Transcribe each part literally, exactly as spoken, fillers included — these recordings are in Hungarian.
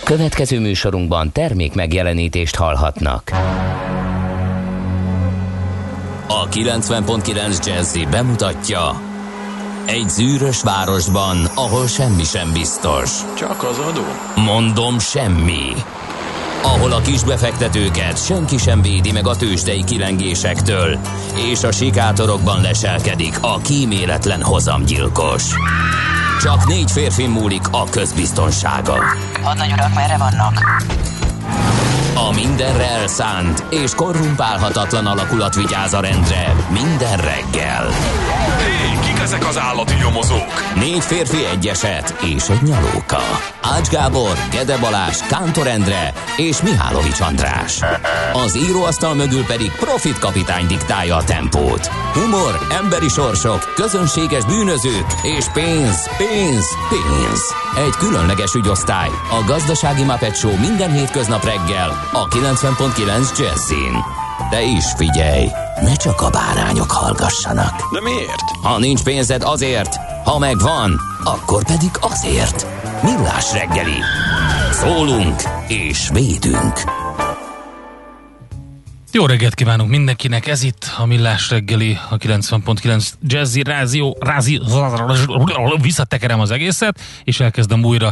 Következő műsorunkban termék megjelenítést hallhatnak. A kilencven pont kilenc Jazzy bemutatja: egy zűrös városban, ahol semmi sem biztos. Csak az adó? Mondom, semmi. Ahol a kisbefektetőket senki sem védi meg a tőzsdei kilengésektől, és a sikátorokban leselkedik a kíméletlen hozamgyilkos. Csak négy férfi múlik a közbiztonsága. Hadnagy urak, merre vannak? A mindenre elszánt és korrumpálhatatlan alakulat vigyáz a rendre minden reggel. Hé, kik ezek az állati nyomozók? Négy férfi, egy eset és egy nyalóka. Ács Gábor, Gede Balázs, Kántor Endre és Mihálovics András. Az íróasztal mögül pedig Profit kapitány diktálja a tempót. Humor, emberi sorsok, közönséges bűnözők és pénz, pénz, pénz. Egy különleges ügyosztály, a Gazdasági Muppet Show minden hétköznap reggel a kilencven pont kilenc Jazzin. De is figyelj, ne csak a bárányok hallgassanak. De miért? Ha nincs pénzed, azért, ha megvan, akkor pedig azért. Millás reggeli. Szólunk és védünk. Jó reggelt kívánunk mindenkinek, ez itt a Millás reggeli, a kilencven pont kilenc Jazzy Rázió, Rázi, visszatekerem az egészet, és elkezdem újra.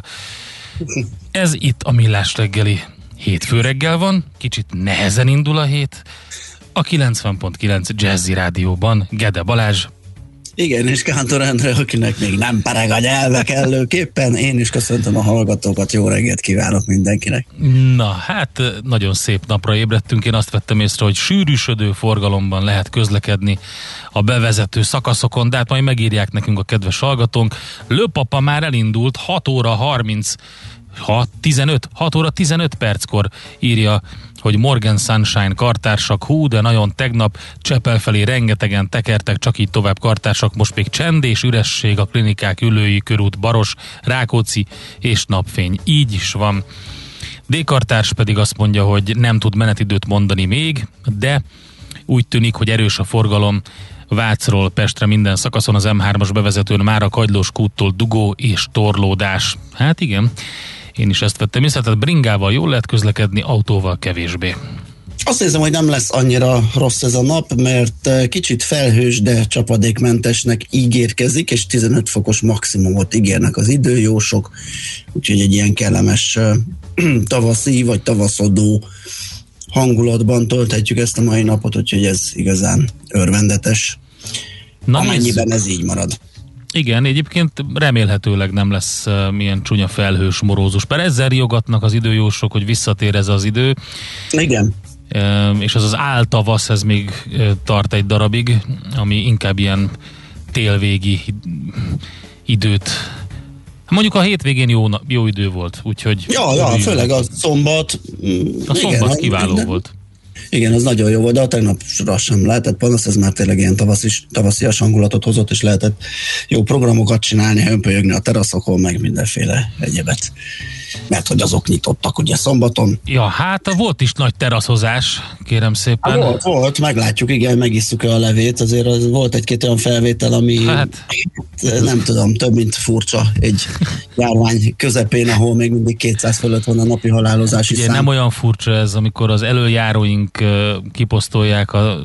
Ez itt a Millás reggeli. Hétfő reggel van, kicsit nehezen indul a hét. A kilencven pont kilenc Jazzy Rádióban Gede Balázs. Igen, és Kántor Endre, akinek még nem pereg a nyelve kellőképpen. Én is köszöntöm a hallgatókat, jó reggelt kívánok mindenkinek. Na, hát nagyon szép napra ébredtünk. Én azt vettem észre, hogy sűrűsödő forgalomban lehet közlekedni a bevezető szakaszokon, de hát majd megírják nekünk a kedves hallgatónk. Lőpapa már elindult, hat óra harminc hat, tizenöt, hat óra tizenöt perckor írja, hogy Morgan Sunshine kartársak, hú, de nagyon tegnap Csepel felé rengetegen tekertek, csak így tovább kartársak, most még csend és üresség a klinikák, Ülői körút, Baros, Rákóczi és napfény. Így is van. D-kartárs pedig azt mondja, hogy nem tud menetidőt mondani még, de úgy tűnik, hogy erős a forgalom Vácról Pestre minden szakaszon, az em hármas bevezetőn már a Kagylós kúttól dugó és torlódás. Hát igen, én is ezt vettem észre, tehát bringával jól lehet közlekedni, autóval kevésbé. Azt hiszem, hogy nem lesz annyira rossz ez a nap, mert kicsit felhős, de csapadékmentesnek ígérkezik, és tizenöt fokos maximumot ígérnek az időjósok, úgyhogy egy ilyen kellemes tavaszi vagy tavaszodó hangulatban tölthetjük ezt a mai napot, úgyhogy ez igazán örvendetes, Na, amennyiben ez így marad. Igen, egyébként remélhetőleg nem lesz uh, milyen csúnya felhős, morózus. Bár ezzel riogatnak az időjósok, hogy visszatér ez az idő. Igen. Uh, és az az áltavasz, ez még uh, tart egy darabig, ami inkább ilyen télvégi időt. Mondjuk a hétvégén jó, jó idő volt, úgyhogy... Ja, ja, főleg a szombat... A szombat igen, kiváló minden, volt. Igen, az nagyon jó volt, de a tegnapra sem lehetett panasz, ez már tényleg ilyen tavaszis, tavaszias hangulatot hozott, és lehetett jó programokat csinálni, hömpölyögni a teraszokon, meg mindenféle egyebet. Mert hogy azok nyitottak ugye szombaton. Ja, hát volt is nagy teraszozás, kérem szépen. Hát volt, volt, meglátjuk, igen, megisszuk a levét, azért az volt egy-két olyan felvétel, ami hát, nem tudom, több mint furcsa egy járvány közepén, ahol még mindig kétszáz fölött van a napi halálozási ugye szám. Nem olyan furcsa ez, amikor az előjáróink kiposztolják a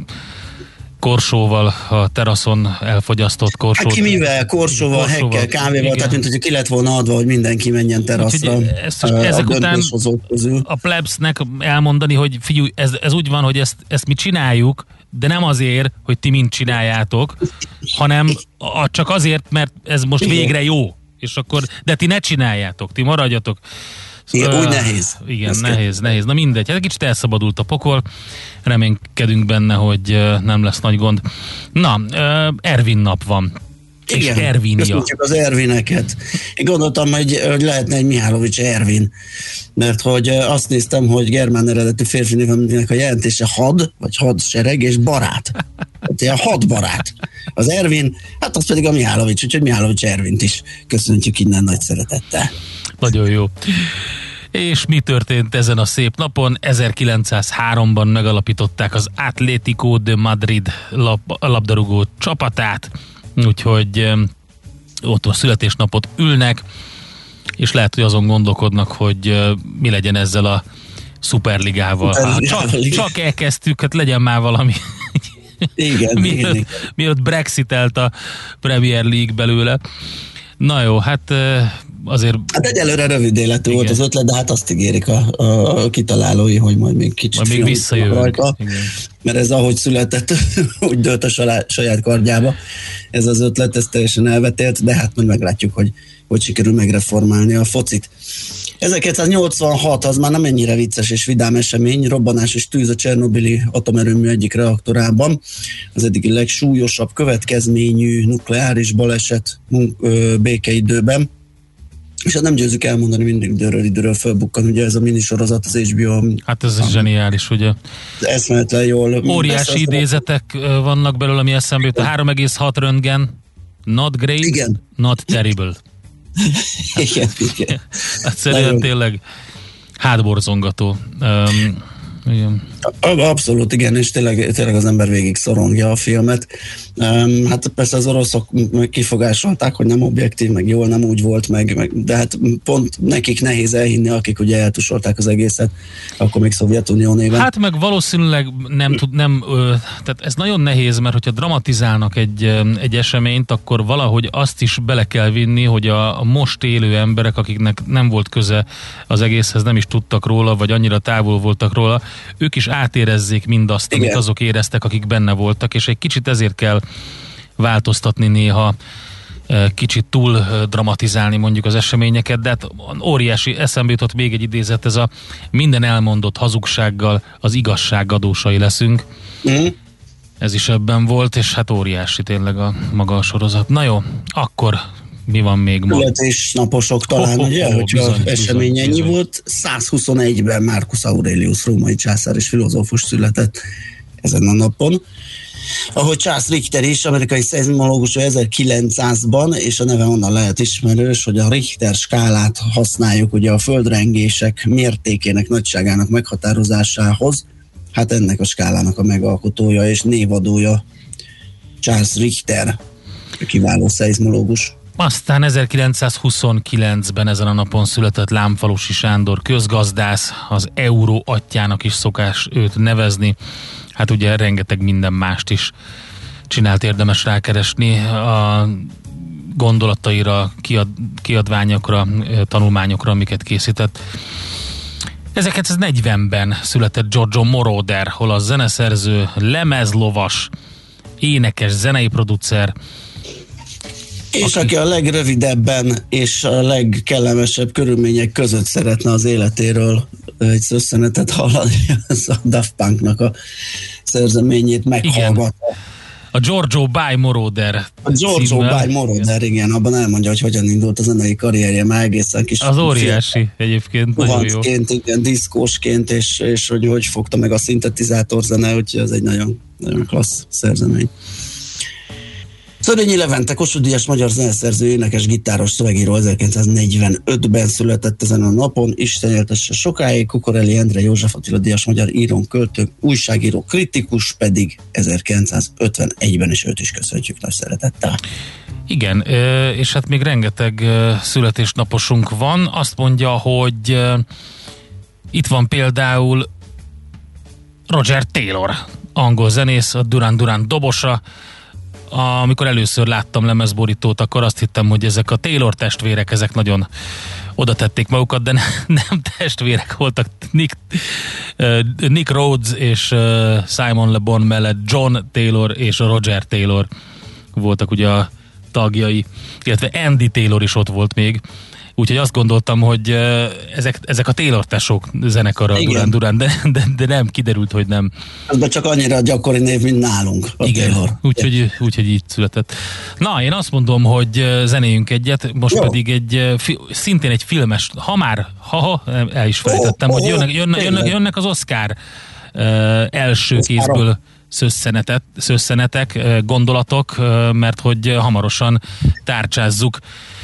korsóval, a teraszon elfogyasztott korsót. Hát ki mivel? Korsóval, korsóval hekkel, kávéval, igen. Tehát mint hogy ki lett volna adva, hogy mindenki menjen teraszra. Ezt, a ezek után a plebsnek elmondani, hogy figyelj, ez, ez úgy van, hogy ezt, ezt mi csináljuk, de nem azért, hogy ti mind csináljátok, hanem a, csak azért, mert ez most igen. végre jó. És akkor, de ti ne csináljátok, ti maradjatok. Igen, uh, úgy nehéz. Igen, Ezt nehéz, nehéz. Na mindegy, hát kicsit elszabadult a pokol, reménykedünk benne, hogy uh, nem lesz nagy gond. Na, uh, Ervin nap van. Igen, és Ervinia. Köszönjük az Ervineket. Én gondoltam, hogy, hogy lehetne egy Mihálovics Ervin, mert hogy azt néztem, hogy germán eredetű férfi névnek a jelentése had, vagy hadsereg és barát. Hát ilyen hadbarát. Az Ervin, hát az pedig a Mihálovics, úgyhogy Mihálovics Ervint is köszöntjük innen nagy szeretettel. Nagyon jó. És mi történt ezen a szép napon? ezerkilencszázháromban megalapították az Atlético de Madrid lab, labdarúgó csapatát, úgyhogy ott a születésnapot ülnek. és lehet, hogy azon gondolkodnak, hogy uh, mi legyen ezzel a szuperligával. Ha csak, csak elkezdtük, hát legyen már valami. Igen, mielőtt, igen. mielőtt Brexitelt a Premier League belőle. Na jó, hát azért... Hát egyelőre rövid életű volt az ötlet, de hát azt ígérik a, a kitalálói, hogy majd még kicsit majd még visszajövünk. Mert ez ahogy született, úgy dőlt a saját kardjába. Ez az ötlet, ez teljesen elvetélt, de hát majd meglátjuk, hogy hogy sikerül megreformálni a focit. ezerkilencszáznyolcvanhat az már nem ennyire vicces és vidám esemény, robbanás és tűz a Csernobili atomerőmű egyik reaktorában. Az eddigi legsúlyosabb következményű nukleáris baleset békeidőben. És hát nem győzzük elmondani, mindig időről időről fölbukkan, ugye ez a minisorozat az há bé o. Hát ez a, zseniális, ugye? Eszméletlen jól. Óriási idézetek vannak belőle, ami eszembe jut. A három egész hat röntgen, not great, igen. Not terrible. Igen, igen. Hát szerintem tényleg hátborzongató. Um, igen. Abszolút, igen, és tényleg, tényleg az ember végig szorongja a filmet. Um, hát persze az oroszok kifogásolták, hogy nem objektív, meg jól nem úgy volt, meg, meg, de hát pont nekik nehéz elhinni, akik ugye eltusolták az egészet, akkor még Szovjetunió néven. Hát meg valószínűleg nem tud, nem, ö, tehát ez nagyon nehéz, mert hogyha dramatizálnak egy, egy eseményt, akkor valahogy azt is bele kell vinni, hogy a, a most élő emberek, akiknek nem volt köze az egészhez, nem is tudtak róla, vagy annyira távol voltak róla, ők is átérezzék mindazt, igen, amit azok éreztek, akik benne voltak, és egy kicsit ezért kell változtatni néha, kicsit túl dramatizálni mondjuk az eseményeket, de hát óriási, eszembe jutott még egy idézet, ez a minden elmondott hazugsággal az igazság adósai leszünk. Mm. Ez is ebben volt, és hát óriási tényleg a maga a sorozat. Na jó, akkor mi van még ma? Születésnaposok talán, oh, oh, ugye, oh, hogyha bizony, esemény bizony, ennyi bizony. Volt. százhuszonegyben Marcus Aurelius római császár és filozófus született ezen a napon. Ahogy Charles Richter is, amerikai szeizmológus ezerkilencszázban, és a neve onnan lehet ismerős, hogy a Richter skálát használjuk ugye a földrengések mértékének, nagyságának meghatározásához. Hát ennek a skálának a megalkotója és névadója Charles Richter, kiváló szeizmológus. Aztán ezerkilencszázhuszonkilencben ezen a napon született Lámfalussy Sándor közgazdász, az euró atyjának is szokás őt nevezni. Hát ugye rengeteg minden mást is csinált, érdemes rákeresni a gondolataira, kiad, kiadványokra, tanulmányokra, amiket készített. ezerkilencszáznegyvenben született Giorgio Moroder, olasz zeneszerző, lemezlovas, énekes, zenei producer, és aki, aki a legrövidebben és a legkellemesebb körülmények között szeretne az életéről egy szösszenetet hallani, az a Daft Punknak a szerzeményét meghallgatva. A Giorgio by Moroder. A Giorgio by Moroder, igen. igen, abban elmondja, hogy hogyan indult a zenei karrierje, már egészen kis... Az óriási egyébként, nagyon jó. Igen, diszkósként, és, és hogy hogy fogta meg a szintetizátor zene, úgyhogy ez egy nagyon, nagyon klassz szerzemény. Szörényi Levente, Kossuth Díjas magyar zeneszerző, énekes, gitáros, szövegíró, ezerkilencszáznegyvenötben született ezen a napon, Isten éltesse sokáig. Kukorelli Endre József Attila Díjas magyar írón, költő, újságíró, kritikus pedig ezerkilencszázötvenegyben, és őt is köszöntjük nagy szeretettel. Igen, és hát még rengeteg születésnaposunk van. Azt mondja, hogy itt van például Roger Taylor, angol zenész, a Duran Duran dobosa. Amikor először láttam lemezborítót, akkor azt hittem, hogy ezek a Taylor testvérek, ezek nagyon oda tették magukat, de ne, nem testvérek voltak. Nick, uh, Nick Rhodes és uh, Simon Le Bon mellett John Taylor és Roger Taylor voltak ugye a tagjai, illetve Andy Taylor is ott volt még. Úgyhogy azt gondoltam, hogy uh, ezek, ezek a Taylor tesók zenekara, Duran Duran, de, de, de nem, kiderült, hogy nem. Ez csak annyira gyakori név, mint nálunk. Igen, úgyhogy úgy, így született. Na, én azt mondom, hogy zenéljünk egyet, most Jó. pedig egy fi, szintén egy filmes, ha már, ha, ha el is felejtettem, oh, hogy jönnek, jönnek, jönnek, jönnek az Oscar uh, első Oscar. kézből szösszenetet, szösszenetek, uh, gondolatok, uh, mert hogy hamarosan tárcsázzuk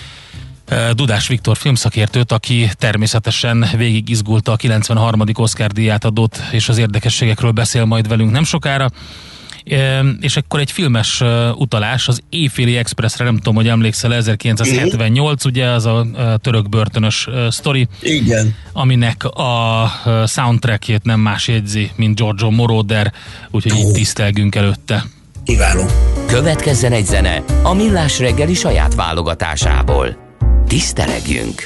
Dudás Viktor filmszakértőt, aki természetesen végig izgulta a kilencvenharmadik Oscar díját adott, és az érdekességekről beszél majd velünk nem sokára. és akkor egy filmes utalás az Éjféli Expressre, nem tudom, hogy emlékszel, ezerkilencszázhetvennyolc, ugye az a török börtönös sztori. Igen. Aminek a soundtrackjét nem más jegyzi, mint Giorgio Moroder, úgyhogy oh. így tisztelgünk előtte. Kiváló. Következzen egy zene a Millás reggeli saját válogatásából. Tisztelegjünk!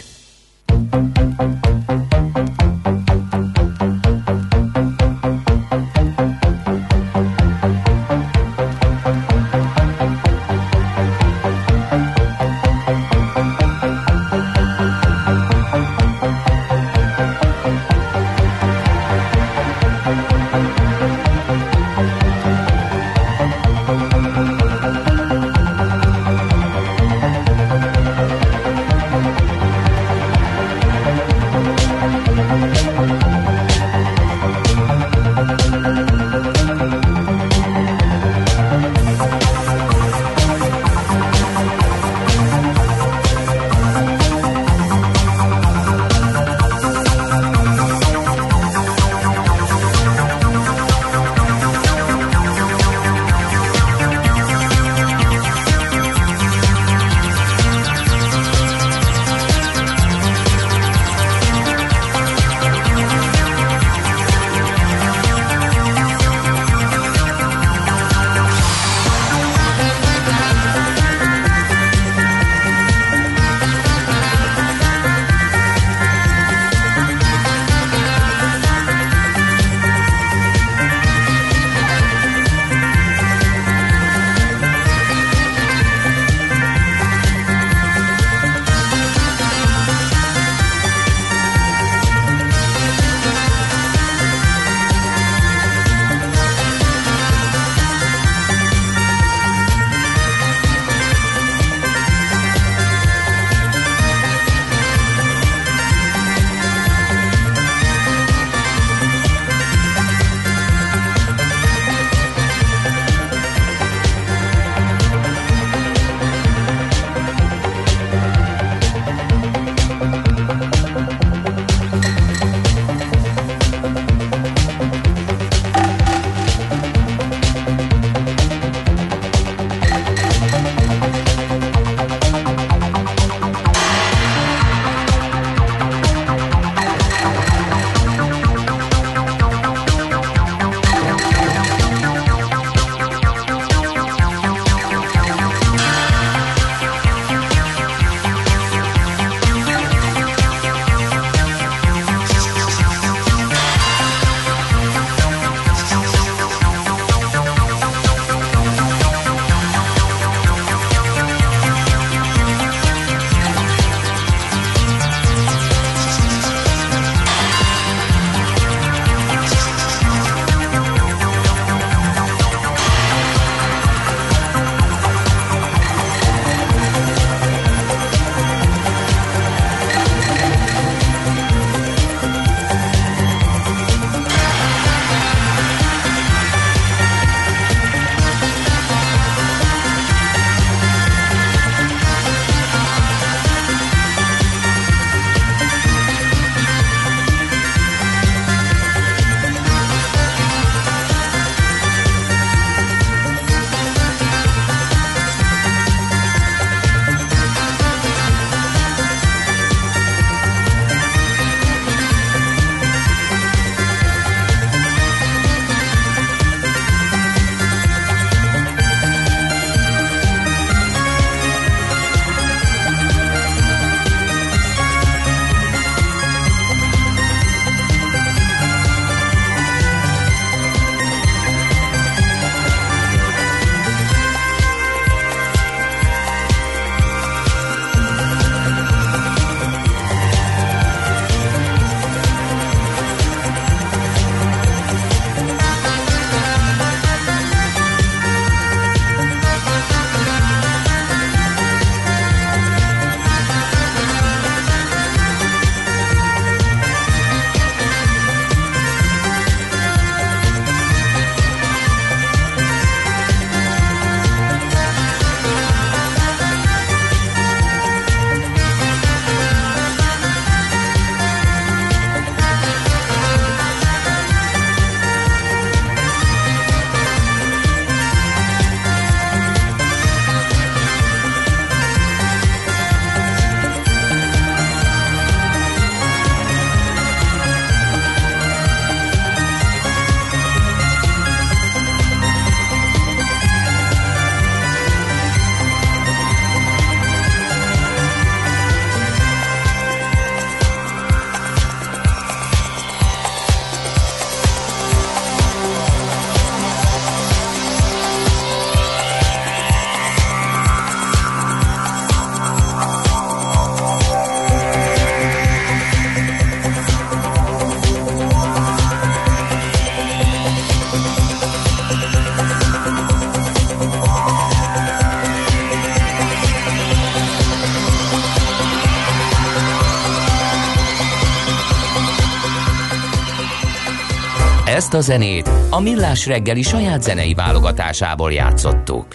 Ezt a zenét a Millás reggeli saját zenei válogatásából játszottuk.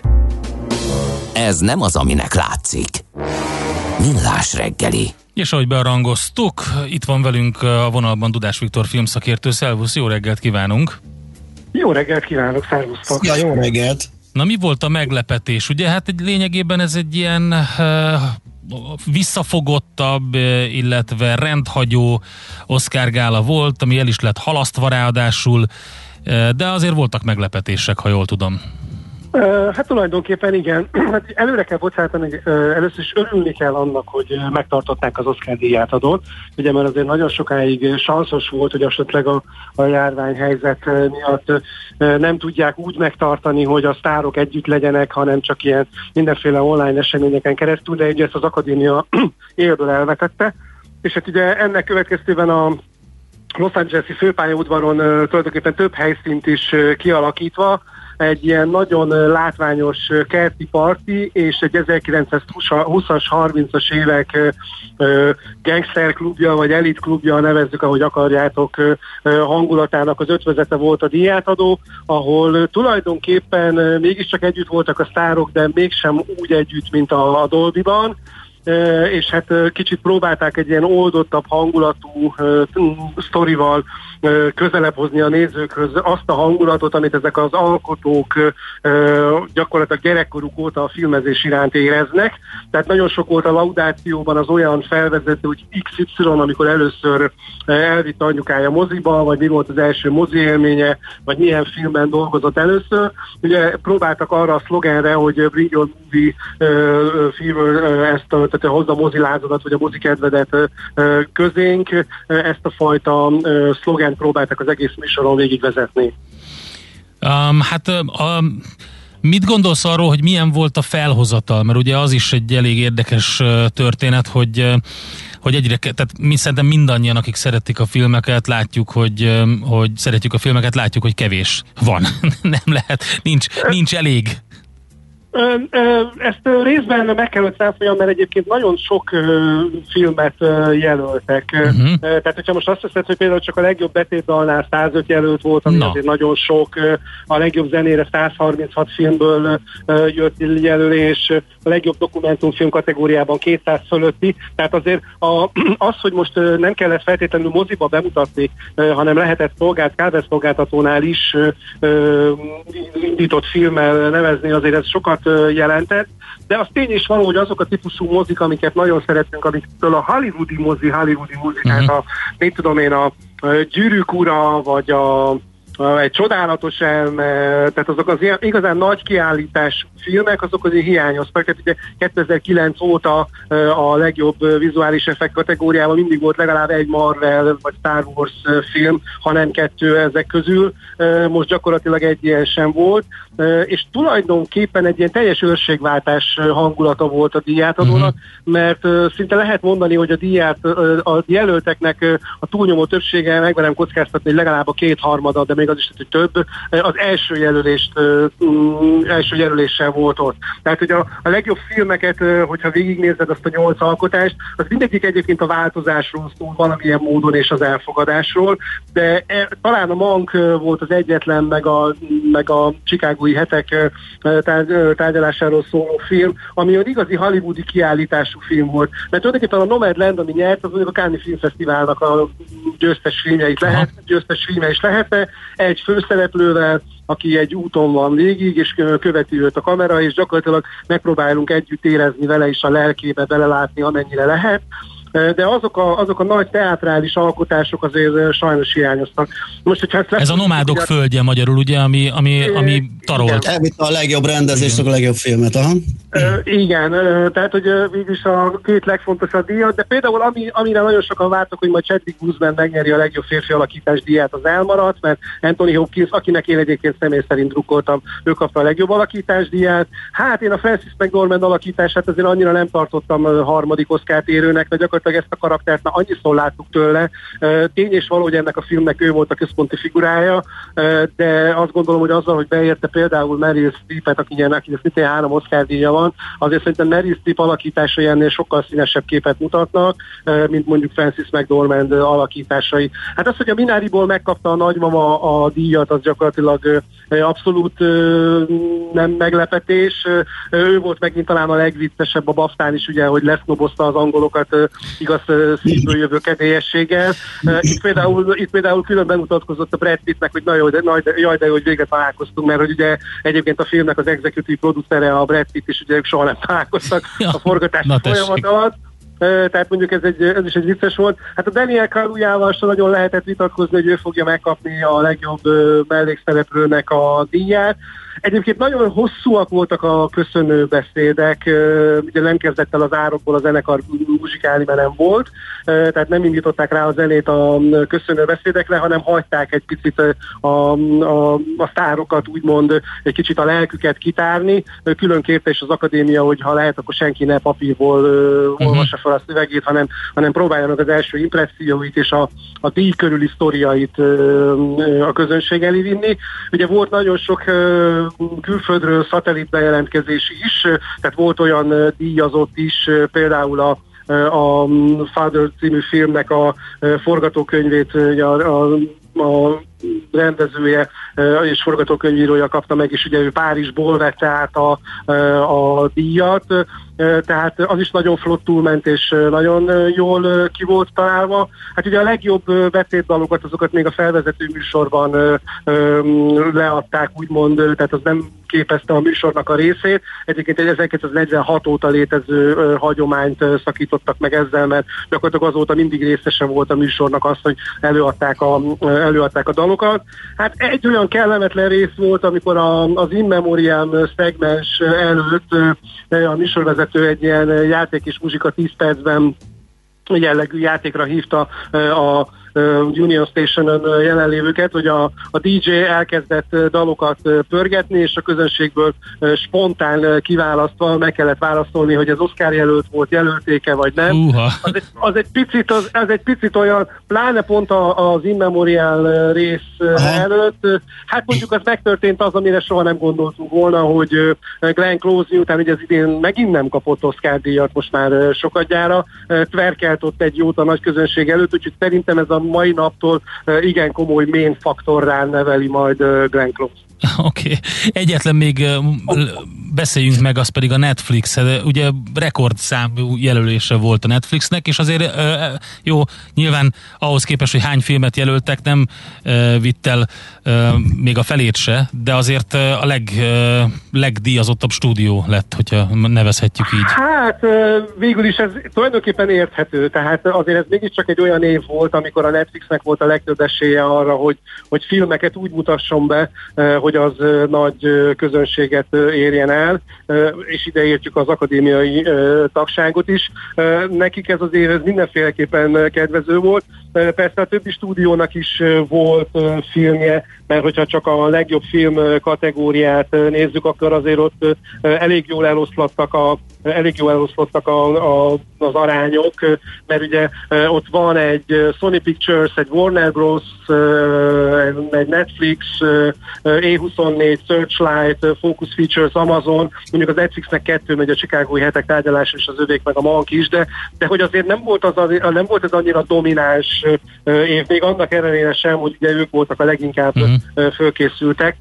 Ez nem az, aminek látszik. Millás reggeli. És ahogy bearangoztuk, itt van velünk a vonalban Dudás Viktor filmszakértő. Szervusz, jó reggelt kívánunk! Jó reggelt kívánok, szervusztok! Ja, jó reggelt! Na, mi volt a meglepetés? Ugye hát egy lényegében ez egy ilyen uh, visszafogottabb, illetve rendhagyó Oscar gála volt, ami el is lett halasztva ráadásul, uh, de azért voltak meglepetések, ha jól tudom. Uh, hát tulajdonképpen igen. Hát előre kell bocsátani, uh, először is örülni kell annak, hogy uh, megtartották az Oscar díjátadót. Ugye, mert azért nagyon sokáig uh, sanszos volt, hogy esetleg a, a járványhelyzet uh, miatt uh, nem tudják úgy megtartani, hogy a sztárok együtt legyenek, hanem csak ilyen mindenféle online eseményeken keresztül, de ugye ezt az akadémia élből elvetette. És hát ugye ennek következtében a Los Angeles-i főpályaudvaron uh, tulajdonképpen több helyszínt is uh, kialakítva, egy ilyen nagyon látványos kerti parti, és egy ezerkilencszázhúszas, harmincas évek gangster klubja, vagy elit klubja, nevezzük, ahogy akarjátok, hangulatának az ötvözete volt a díjátadó, ahol tulajdonképpen mégiscsak együtt voltak a sztárok, de mégsem úgy együtt, mint a, a Dolbyban, és hát kicsit próbálták egy ilyen oldottabb hangulatú sztorival közelebb hozni a nézőkhöz azt a hangulatot, amit ezek az alkotók gyakorlatilag gyerekkoruk óta a filmezés iránt éreznek. Tehát nagyon sok volt a laudációban az olyan felvezető, hogy iksz ipszilon, amikor először elvitt anyukája moziba, vagy mi volt az első mozi élménye, vagy milyen filmben dolgozott először. Ugye próbáltak arra a szlogenre, hogy bring your movie uh, fever, uh, ezt a, tehát hozza a mozilázadat, vagy a mozikedvedet uh, közénk. Uh, ezt a fajta uh, szlogen próbáltak az egész műsoron végigvezetni. Um, hát um, mit gondolsz arról, hogy milyen volt a felhozatal? Mert ugye az is egy elég érdekes történet, hogy, hogy egyre, tehát mi szerintem mindannyian, akik szeretik a filmeket, látjuk, hogy, hogy szeretjük a filmeket, látjuk, hogy kevés van. Nem lehet, nincs, nincs elég. Ezt részben meg kell, hogy számfoljam, mert egyébként nagyon sok filmet jelöltek. Uh-huh. Tehát, hogyha most azt hiszed, hogy például csak a legjobb betétdalnál százöt jelölt volt, ami no. azért nagyon sok, a legjobb zenére százharminchat filmből jött jelölés, a legjobb dokumentumfilm kategóriában kétszáz fölötti, tehát azért a, az, hogy most nem kellett feltétlenül moziba bemutatni, hanem lehetett szolgált, kábelszolgáltatónál is indított filmmel nevezni, azért ez sokat jelentett, de az tény is való, hogy azok a típusú mozik, amiket nagyon szeretünk, amiktől a hollywoodi mozi, hollywoodi mozikát, uh-huh. a, mit tudom én, a, a Gyűrűk ura, vagy a egy csodálatos elme, tehát azok az ilyen, igazán nagy kiállítás filmek, azok azért hiányoztak. Tehát ugye kétezer-kilenc óta a legjobb vizuális effekt kategóriában mindig volt legalább egy Marvel vagy Star Wars film, hanem kettő ezek közül. Most gyakorlatilag egy ilyen sem volt, és tulajdonképpen egy ilyen teljes őrségváltás hangulata volt a díjátadónak, mert szinte lehet mondani, hogy a díját a jelölteknek a túlnyomó többsége, megverem kockáztatni, hogy legalább a kétharmada, de még az is, hogy több, az első jelölést, első jelöléssel volt ott. Tehát, hogy a, a legjobb filmeket, hogyha végignézed azt a nyolc alkotást, az mindegyik egyébként a változásról szól valamilyen módon és az elfogadásról, de e, talán a Mank volt az egyetlen, meg a, meg a Chicagói hetek tárgy, tárgyalásáról szóló film, ami egy igazi hollywoodi kiállítású film volt. Mert tulajdonképpen a Nomadland, ami nyert, az a Cannes Filmfesztiválnak a győztes filmjeit lehet, győztes filmje is lehetne, egy főszereplővel, aki egy úton van végig, és követi őt a kamera, és gyakorlatilag megpróbálunk együtt érezni vele is a lelkébe, belelátni, amennyire lehet. De azok a, azok a nagy teátrális alkotások azért sajnos hiányoztak. Most, hogyha Ez a Nomádok ugye... földje magyarul, ugye, ami, ami, ami tarolt. Elvitte a legjobb rendezést, a legjobb filmet, aha. Uh, igen, uh, tehát, hogy uh, végülis a két legfontosabb díjat, de például ami, amire nagyon sokan vártak, hogy majd Chadwick Boseman megnyeri a legjobb férfi alakítás díját, az elmaradt, mert Anthony Hopkins, akinek én egyébként személy szerint drukkoltam, ő kapta a legjobb alakítás díját. Hát én a Francis McDormand alakítását azért annyira nem tartottam uh, harmadik Oscar-t érőnek, de gyakorlatilag gyakorlatilag ezt a karaktert már annyiszor láttuk tőle. Tény és való, hogy ennek a filmnek ő volt a központi figurája, de azt gondolom, hogy azzal, hogy beérte például Meryl Streepet, akinek szintén három Oscar-díja van, azért szerintem Meryl Streep alakításai ennél sokkal színesebb képet mutatnak, mint mondjuk Frances McDormand alakításai. Hát az, hogy a Minariból megkapta a nagymama a díjat, az gyakorlatilag abszolút nem meglepetés. Ő volt megint talán a legviccesebb a baftán is, ugye, hogy lesznobozta az angolokat igaz szívből jövő kedélyességgel. Itt például, itt például külön bemutatkozott a Brad Pittnek, hogy na jó, de, jaj, de jó, hogy végre találkoztunk, mert hogy ugye egyébként a filmnek az executive producere a Brad Pitt, és ugye ők soha nem találkoztak a forgatás folyamat alatt. Tehát mondjuk ez, egy, ez is egy vicces volt. Hát a Daniel Kaluuyával sem nagyon lehetett vitatkozni, hogy ő fogja megkapni a legjobb mellékszereplőnek a díját. Egyébként nagyon hosszúak voltak a köszönő beszédek, ugye nem kezdett el az árokból a zenekar muzsikálni, mert nem volt, tehát nem indították rá a zenét a köszönő beszédekre, hanem hagyták egy picit a, a, a sztárokat úgymond egy kicsit a lelküket kitárni. Külön kérte is az akadémia, hogy ha lehet, akkor senki ne papírból uh-huh. olvassa fel a szövegét, hanem, hanem próbáljanak az első impresszióit és a, a díj körüli sztoriait a közönség elé vinni. Ugye volt nagyon sok külföldről szatellit bejelentkezés is, tehát volt olyan díjazott is, például a, a Father című filmnek a forgatókönyvét a, a, a rendezője és forgatókönyvírója kapta meg, és ugye ő Párizsból vette át a, a díjat, tehát az is nagyon flottul ment, és nagyon jól ki volt találva. Hát ugye a legjobb beszéddalokat, azokat még a felvezető műsorban leadták, úgymond, tehát az nem képezte a műsornak a részét. Egyébként egy ezerkilencszáznegyvenhat óta létező hagyományt szakítottak meg ezzel, mert gyakorlatilag azóta mindig részese volt a műsornak az, hogy előadták a, előadták a dalokat. Hát egy olyan kellemetlen rész volt, amikor a, az In Memoriam szegmens előtt a műsorvezető egy ilyen játék és muzsika tíz percben jellegű játékra hívta a Union Station-on jelenlévőket, hogy a, a dé dzsé elkezdett dalokat pörgetni, és a közönségből spontán kiválasztva meg kellett válaszolni, hogy az Oscar jelölt volt, jelöltéke vagy nem. Uh-ha. Az egy, az egy picit, az, az egy picit olyan, pláne pont az In Memoriam rész Aha. előtt, hát mondjuk az megtörtént az, amire soha nem gondoltunk volna, hogy Glenn Close, miután ugye az idén megint nem kapott Oscar díjat most már sokadjára, tverkelt ott egy jót a nagy közönség előtt, úgyhogy szerintem ez a mai naptól igen komoly main faktorrá neveli majd Glenn Close. Oké. Okay. Egyetlen még beszéljünk meg, az pedig a Netflix. Ugye rekordszámú jelölése volt a Netflixnek, és azért jó, nyilván ahhoz képest, hogy hány filmet jelöltek, nem vitt el még a felét se, de azért a leg, legdíjazottabb stúdió lett, hogyha nevezhetjük így. Hát végül is ez tulajdonképpen érthető, tehát azért ez mégiscsak egy olyan év volt, amikor a Netflixnek volt a legtöbb esélye arra, hogy, hogy filmeket úgy mutasson be, hogy az nagy közönséget érjen el, és ide értjük az akadémiai tagságot is. Nekik ez az év ez mindenféleképpen kedvező volt. Persze a többi stúdiónak is volt filmje, mert hogyha csak a legjobb film kategóriát nézzük, akkor azért ott elég jól eloszlattak a elég jól eloszlottak a, a, az arányok, mert ugye ott van egy Sony Pictures, egy Warner Bros, egy Netflix, á huszonnégy, Searchlight, Focus Features, Amazon, mondjuk az Netflixnek kettő megy a Chicagói hetek tárgyalása, és az övék meg a Mank is, de, de hogy azért nem volt, az, nem volt ez annyira domináns év, még annak ellenére sem, hogy ugye ők voltak a leginkább mm-hmm. fölkészültek.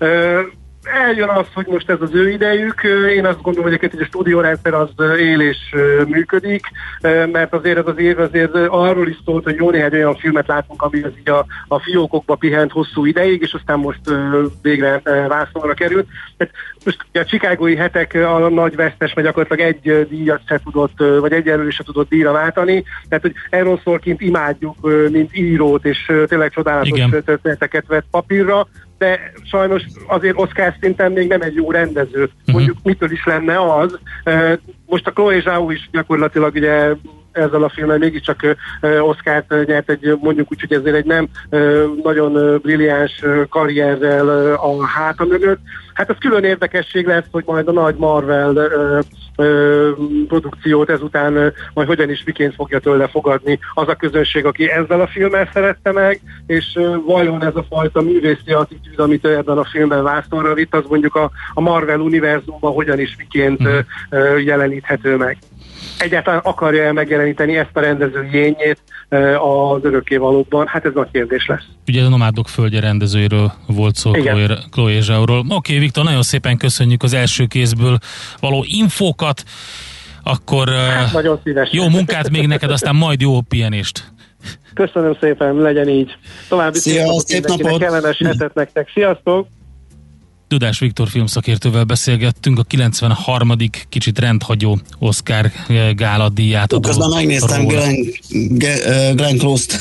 Eljön az, hogy most ez az ő idejük. Én azt gondolom, hogy a stúdiórendszer az él és működik, mert azért ez az év azért arról is szólt, hogy jó néhány olyan filmet látunk, ami az így a, a fiókokba pihent hosszú ideig, és aztán most végre vászonra került. Tehát most a Chicagói hetek a nagy vesztes, mert gyakorlatilag egy díjat se tudott, vagy egy jelölés se tudott díjra váltani. Tehát, hogy Aaron Sorkint imádjuk, mint írót, és tényleg csodálatos történeteket vett papírra, de sajnos azért Oscar szinten még nem egy jó rendező. Uh-huh. Mondjuk mitől is lenne az. Most a Chloe Zhao is gyakorlatilag ugye ezzel a filmmel mégiscsak Oscart nyert, egy, mondjuk úgy, hogy ezért egy nem nagyon brilliáns karrierrel a háta mögött. Hát az külön érdekesség lesz, hogy majd a nagy Marvel ö, ö, produkciót ezután majd hogyan is miként fogja tőle fogadni az a közönség, aki ezzel a filmmel szerette meg, és vajon ez a fajta művészi attitűd, amit ebben a filmben vászonra vitt, az mondjuk a, a Marvel univerzumban hogyan is miként hmm. jeleníthető meg. Egyáltalán akarja-e megjeleníteni ezt a rendező jényét az örökkévalókban? Hát ez nagy kérdés lesz. Ugye a Nomádok földje rendezőjéről volt szó, Chloé Zhaóról. Oké, okay, Viktor, nagyon szépen köszönjük az első kézből való infókat, akkor hát, nagyon jó munkát még neked, aztán majd jó pihenést. Köszönöm szépen, legyen így. További Szia, szép napot! Kellemes hetet nektek. Sziasztok! Dudás Viktor filmszakértővel beszélgettünk a kilencvenharmadik kicsit rendhagyó Oscar gála díját adó. Közben megnéztem Glenn, Glenn Close-t.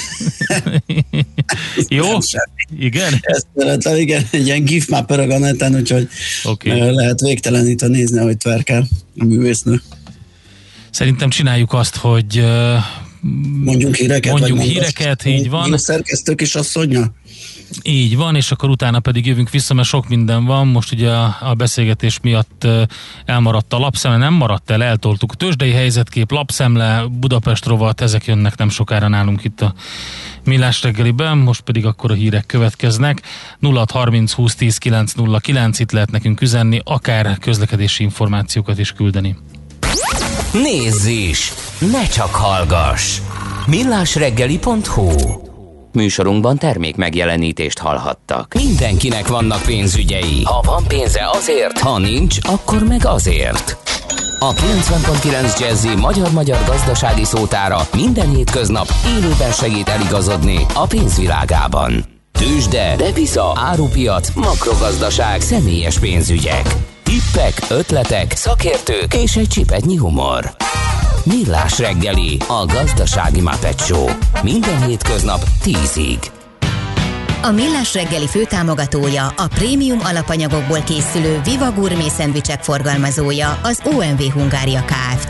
Jó? Igen? Ezt szeretem, igen. Egy ilyen gif már pörög a neten, úgyhogy okay. Lehet végtelenítve nézni, ahogy tverkel a művésznő. Szerintem csináljuk azt, hogy mondjunk híreket. Mondjunk híreket, így van. A szerkesztők is asszonya. Így van, és akkor utána pedig jövünk vissza, mert sok minden van. Most ugye a, a beszélgetés miatt uh, elmaradt a lapszemle, nem maradt el, eltoltuk. Tőzsdei helyzetkép, lapszemle, Budapest rovat, ezek jönnek nem sokára nálunk itt a Millás reggeliben, most pedig akkor a hírek következnek. nulla hat harminc húsz tíz kilenc nulla kilenc, itt lehet nekünk üzenni, akár közlekedési információkat is küldeni. Nézz is! Ne csak hallgass! millásreggeli pont hu. Műsorunkban termék megjelenítést hallhattak. Mindenkinek vannak pénzügyei. Ha van pénze, azért, ha nincs, akkor meg azért. A kilencven pont kilenc Jazzy magyar-magyar gazdasági szótára minden hétköznap élőben segít eligazodni a pénzvilágában. Tőzsde, depisza, árupiac, makrogazdaság, személyes pénzügyek. Tippek, ötletek, szakértők és egy csipetnyi humor. Millás reggeli, a gazdasági Muppet Show. Minden hétköznap tízig. A Millás reggeli főtámogatója, a prémium alapanyagokból készülő Viva Gourmet szendvicsek forgalmazója, az o em vé Hungária Kft.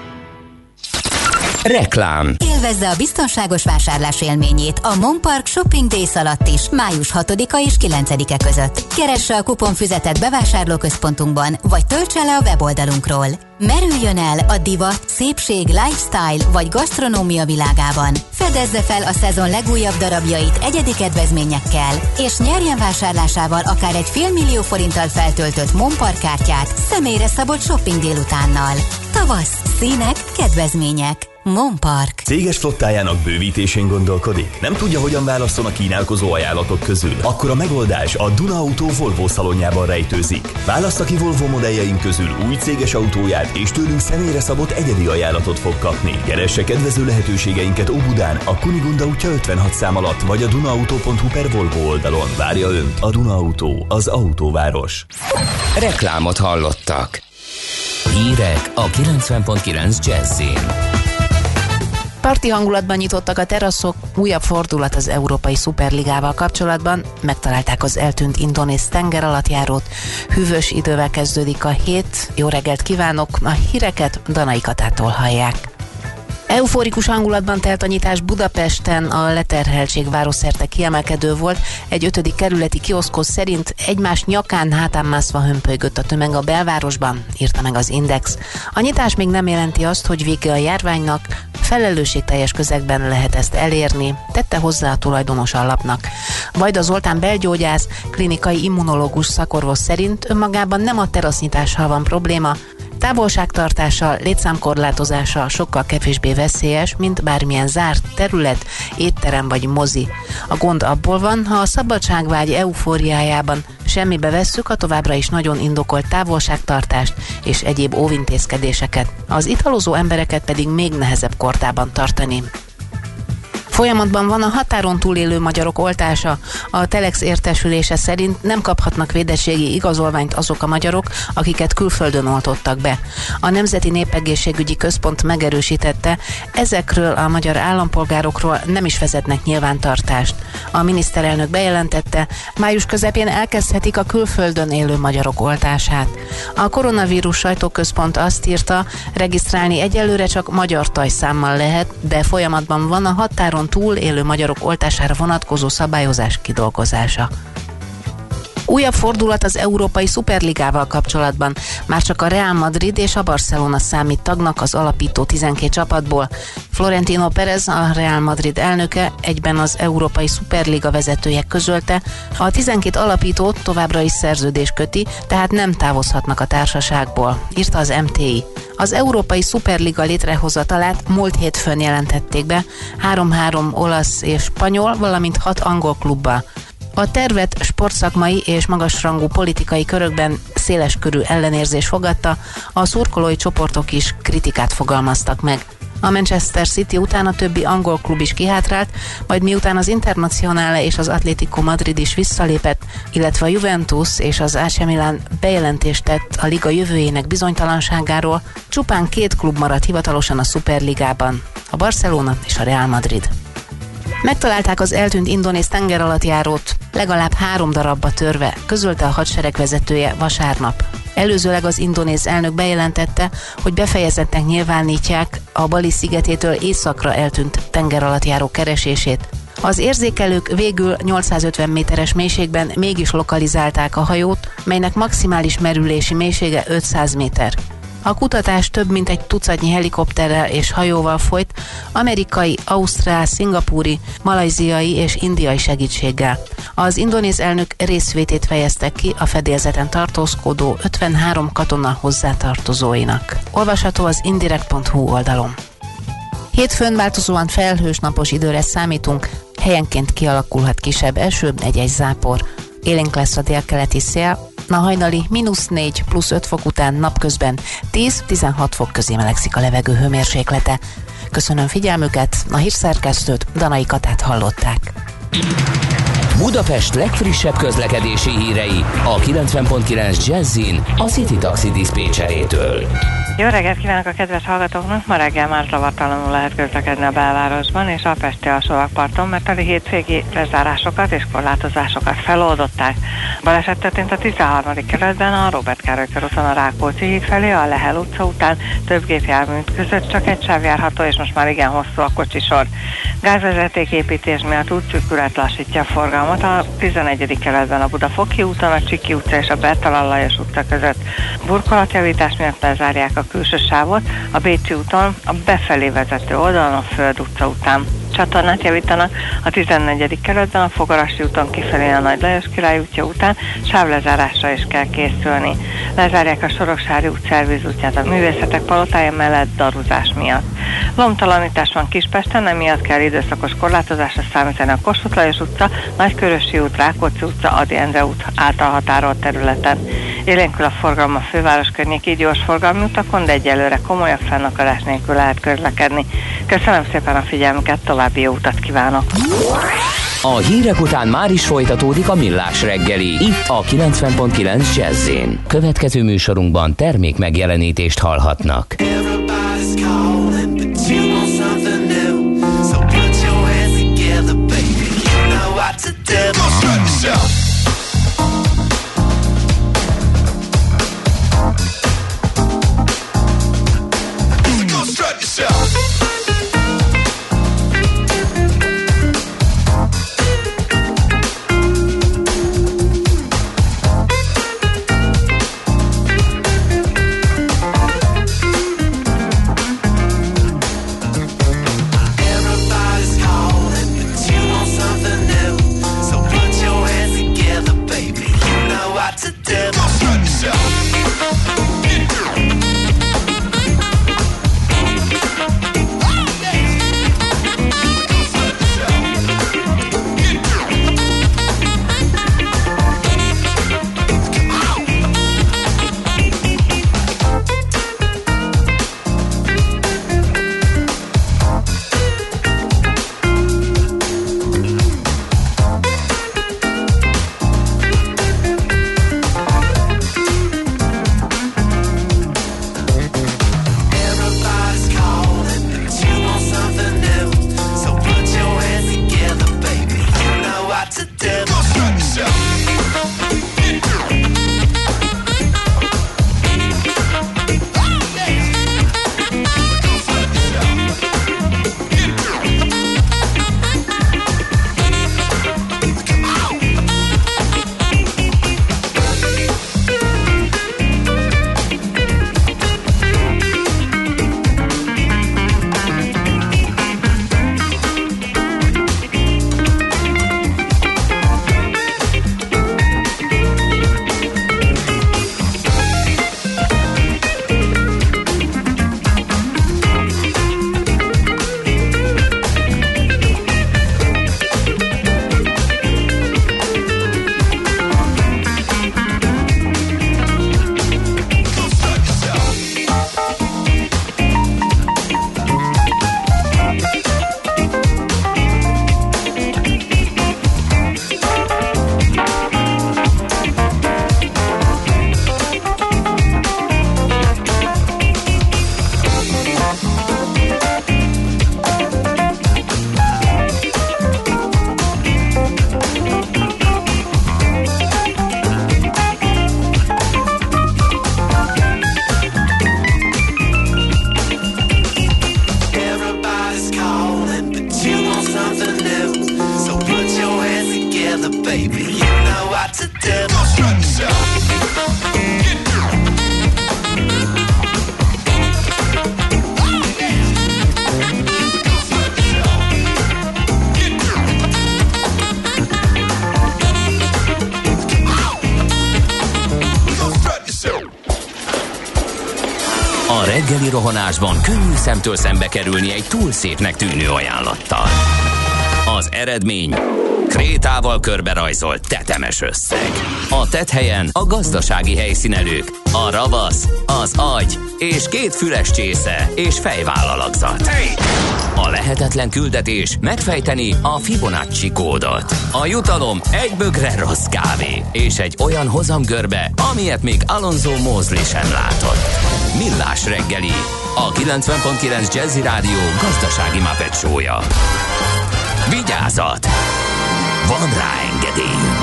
Reklám. Élvezze a biztonságos vásárlás élményét a Monpark Shopping Days alatt is, május hatodika és kilencedike között. Keresse a kuponfüzetet bevásárlóközpontunkban, vagy töltse le a weboldalunkról. Merüljön el a divat, szépség, lifestyle vagy gasztronómia világában. Fedezze fel a szezon legújabb darabjait egyedi kedvezményekkel, és nyerjen vásárlásával akár egy félmillió forinttal feltöltött Monpark kártyát személyre szabott shopping délutánnal. Tavasz, színek, kedvezmények. Monpark. Céges flottájának bővítésén gondolkodik? Nem tudja, hogyan válasszon a kínálkozó ajánlatok közül? Akkor a megoldás a Duna Auto Volvo szalonjában rejtőzik. Válassza ki Volvo modelljeink közül új céges autóját, és tőlünk személyre szabott egyedi ajánlatot fog kapni. Keresse kedvező lehetőségeinket Óbudán, a Kunigunda útja ötvenhat szám alatt, vagy a dunaauto pont hu per Volvo oldalon. Várja Önt a Duna Auto, az autóváros. Reklámot hallottak. Hírek a kilencven pont kilenc Jazzyn. Parti hangulatban nyitottak a teraszok, újabb fordulat az Európai Szuperligával kapcsolatban, megtalálták az eltűnt indonéz tengeralattjárót, hűvös idővel kezdődik a hét, jó reggelt kívánok, a híreket Danai Katától hallják. Euforikus hangulatban telt a nyitás Budapesten, a leterheltség városszerte kiemelkedő volt. Egy ötödik kerületi kioszkos szerint egymás nyakán hátán mászva hömpölygött a tömeg a belvárosban, írta meg az Index. A nyitás még nem jelenti azt, hogy vége a járványnak, felelősségteljes közegben lehet ezt elérni, tette hozzá a tulajdonos a lapnak. Vajda Zoltán belgyógyász, klinikai immunológus szakorvos szerint önmagában nem a terasznyitással van probléma, távolságtartással, létszámkorlátozással sokkal kevésbé veszélyes, mint bármilyen zárt terület, étterem vagy mozi. A gond abból van, ha a szabadságvágy eufóriájában semmibe vesszük a továbbra is nagyon indokolt távolságtartást és egyéb óvintézkedéseket, az italozó embereket pedig még nehezebb kordában tartani. Folyamatban van a határon túlélő magyarok oltása. A Telex értesülése szerint nem kaphatnak védettségi igazolványt azok a magyarok, akiket külföldön oltottak be. A Nemzeti Népegészségügyi Központ megerősítette, ezekről a magyar állampolgárokról nem is vezetnek nyilvántartást. A miniszterelnök bejelentette, május közepén elkezdhetik a külföldön élő magyarok oltását. A koronavírus sajtóközpont azt írta, regisztrálni egyelőre csak magyar tajszámmal lehet, de folyamatban van a határon túl élő magyarok oltására vonatkozó szabályozás kidolgozása. Újabb fordulat az Európai Szuperligával kapcsolatban. Már csak a Real Madrid és a Barcelona számít tagnak az alapító tizenkét csapatból. Florentino Pérez, a Real Madrid elnöke, egyben az Európai Szuperliga vezetője közölte, a tizenkét alapítót továbbra is szerződés köti, tehát nem távozhatnak a társaságból, írta az em té i. Az Európai Szuperliga létrehozatalát múlt hétfőn jelentették be három-három olasz és spanyol, valamint hat angol klubba. A tervet sportszakmai és magasrangú politikai körökben széleskörű ellenérzés fogadta, a szurkolói csoportok is kritikát fogalmaztak meg. A Manchester City után a többi angol klub is kihátrált, majd miután az Internazionale és az Atlético Madrid is visszalépett, illetve a Juventus és az á cé Milan bejelentést tett a liga jövőjének bizonytalanságáról, csupán két klub maradt hivatalosan a Szuperligában, a Barcelona és a Real Madrid. Megtalálták az eltűnt indonéz tengeralattjárót, legalább három darabba törve, közölte a hadsereg vezetője vasárnap. Előzőleg az indonéz elnök bejelentette, hogy befejezettnek nyilvánítják a Bali szigetétől északra eltűnt tengeralattjáró keresését. Az érzékelők végül nyolcszázötven méteres mélységben mégis lokalizálták a hajót, melynek maximális merülési mélysége ötszáz méter. A kutatás több mint egy tucatnyi helikopterrel és hajóval folyt, amerikai, ausztrál, szingapúri, malajziai és indiai segítséggel. Az indonéz elnök részvétét fejezte ki a fedélzeten tartózkodó ötvenhárom katona hozzátartozóinak. Olvasható az indirekt pont hu oldalon. Hétfőn változóan felhős napos időre számítunk, helyenként kialakulhat kisebb eső, egy-egy zápor. Élénk lesz a délkeleti szél, a hajnali mínusz négy plusz öt fok után napközben tíz-tizenhat fok közé melegszik a levegő hőmérséklete. Köszönöm figyelmüket, a hírszerkesztőt, Danai Katát hallották. Budapest legfrissebb közlekedési hírei a kilencven pont kilenc Jazzin a City Taxi diszpécserétől. Jó reggelt kívánok a kedves hallgatóknak! Ma reggel már zavartalanul lehet közlekedni a belvárosban és a pesti alsórakparton, mert a hétvégi lezárásokat és korlátozásokat feloldották. Baleset történt a tizenharmadik kerületben a Róbert Károly körúton a Rákóczi híd felé, a Lehel utca után több gépjármű között csak egy sáv járható, és most már igen hosszú a kocsisor. Gázvezetéképítés miatt útszűkület lassítja a forgalmat a tizenegyedik kerületben a Budafoki úton, a Csiki utca és a Bertalan Lajos utca között. Burkolatjavítás miatt lezárják a külső sávot a Bécsi úton a befelé vezető oldalon a Föld utca után. Csatornát javítanak a tizennegyedik kerületben a Fogarasi úton kifelé a Nagy Lajos Király útja után, sávlezárásra is kell készülni. Lezárják a Soroksári út Szerviz útját a Művészetek palotája mellett daruzás miatt. Lomtalanítás van Kispesten, emiatt kell időszakos korlátozásra számítani a Kossuth Lajos utca, Nagykörösi út, Rákóczi utca, Ady Endre út által határolt területen. Élénkül a forgalom a főváros környéki gyorsforgalmi utakon, de egyelőre komolyabb fennakadás nélkül lehet közlekedni. Köszönöm szépen a figyelmüket, további jó utat kívánok! A hírek után már is folytatódik a Millás reggeli, itt a kilencven pont kilenc Jazz-én. Következő műsorunkban termék megjelenítést hallhatnak. Everybody's calling, but you want something new. So put your hands together. reggeli rohanásban könnyű szemtől szembe kerülni egy túl szépnek tűnő ajánlattal. Az eredmény krétával körberajzolt tetemes összeg. A tetthelyen a gazdasági helyszínelők, a ravasz, az agy és két füles csésze és fejvállalakzat. A lehetetlen küldetés megfejteni a Fibonacci kódot. A jutalom egy bögre rossz kávé és egy olyan hozamgörbe, amilyet még Alonso Mosley sem látott. Millás reggeli, a kilencven pont kilenc Jazzy Rádió gazdasági Muppet show-ja. Vigyázat! Van rá engedélyünk!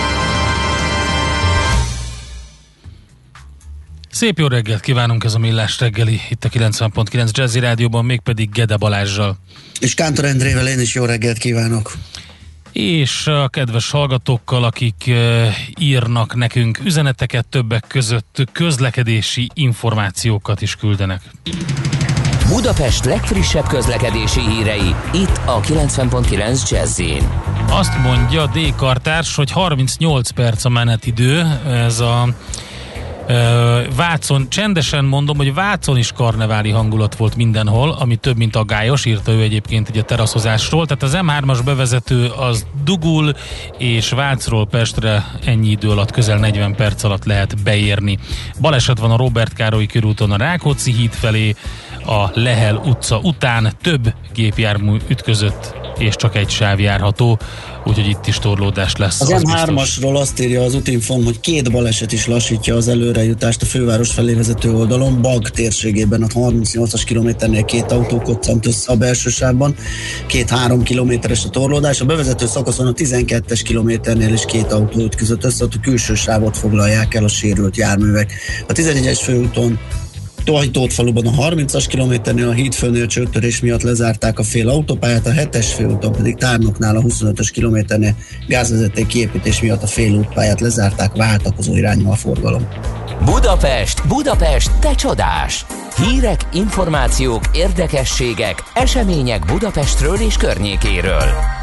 Szép jó reggelt kívánunk, ez a Millás reggeli itt a kilencven pont kilenc Jazzy Rádióban, mégpedig Gede Balázsral. És Kántor Endrével én is jó reggelt kívánok! És a kedves hallgatókkal, akik uh, írnak nekünk üzeneteket, többek között közlekedési információkat is küldenek. Budapest legfrissebb közlekedési hírei, itt a kilencven pont kilenc Jazzyn. Azt mondja D. Kartárs, hogy harmincnyolc perc a menetidő, ez a Vácon, csendesen mondom, hogy Vácon is karneváli hangulat volt mindenhol, ami több mint aggályos, írta ő egyébként így a teraszozásról, tehát az em hármas bevezető az dugul, és Vácról Pestre ennyi idő alatt, közel negyven perc alatt lehet beérni. Baleset van a Róbert Károly körúton a Rákóczi híd felé, a Lehel utca után több gépjármű ütközött, és csak egy sáv járható, úgyhogy itt is torlódás lesz. Az, az em hármasról azt írja az Utinform, hogy két baleset is lassítja az előrejutást a főváros felé vezető oldalon. Bag térségében a harmincnyolcas kilométernél két autó koccant össze a belső sávban, két-három kilométeres a torlódás. A bevezető szakaszon a tizenkettes kilométernél is két autó ütközött össze, ott a külső sávot foglalják el a sérült járművek. A tizenegyes főúton Tóth-faluban a harmincas kilométernél a hídfőnél csőtörés miatt lezárták a fél autópályát, a hetes főúton pedig Tárnoknál a huszonötös kilométernél gázvezeték kiépítés miatt a fél útpályát lezárták, váltakozó irányú a forgalom. Budapest, Budapest, te csodás! Hírek, információk, érdekességek, események Budapestről és környékéről.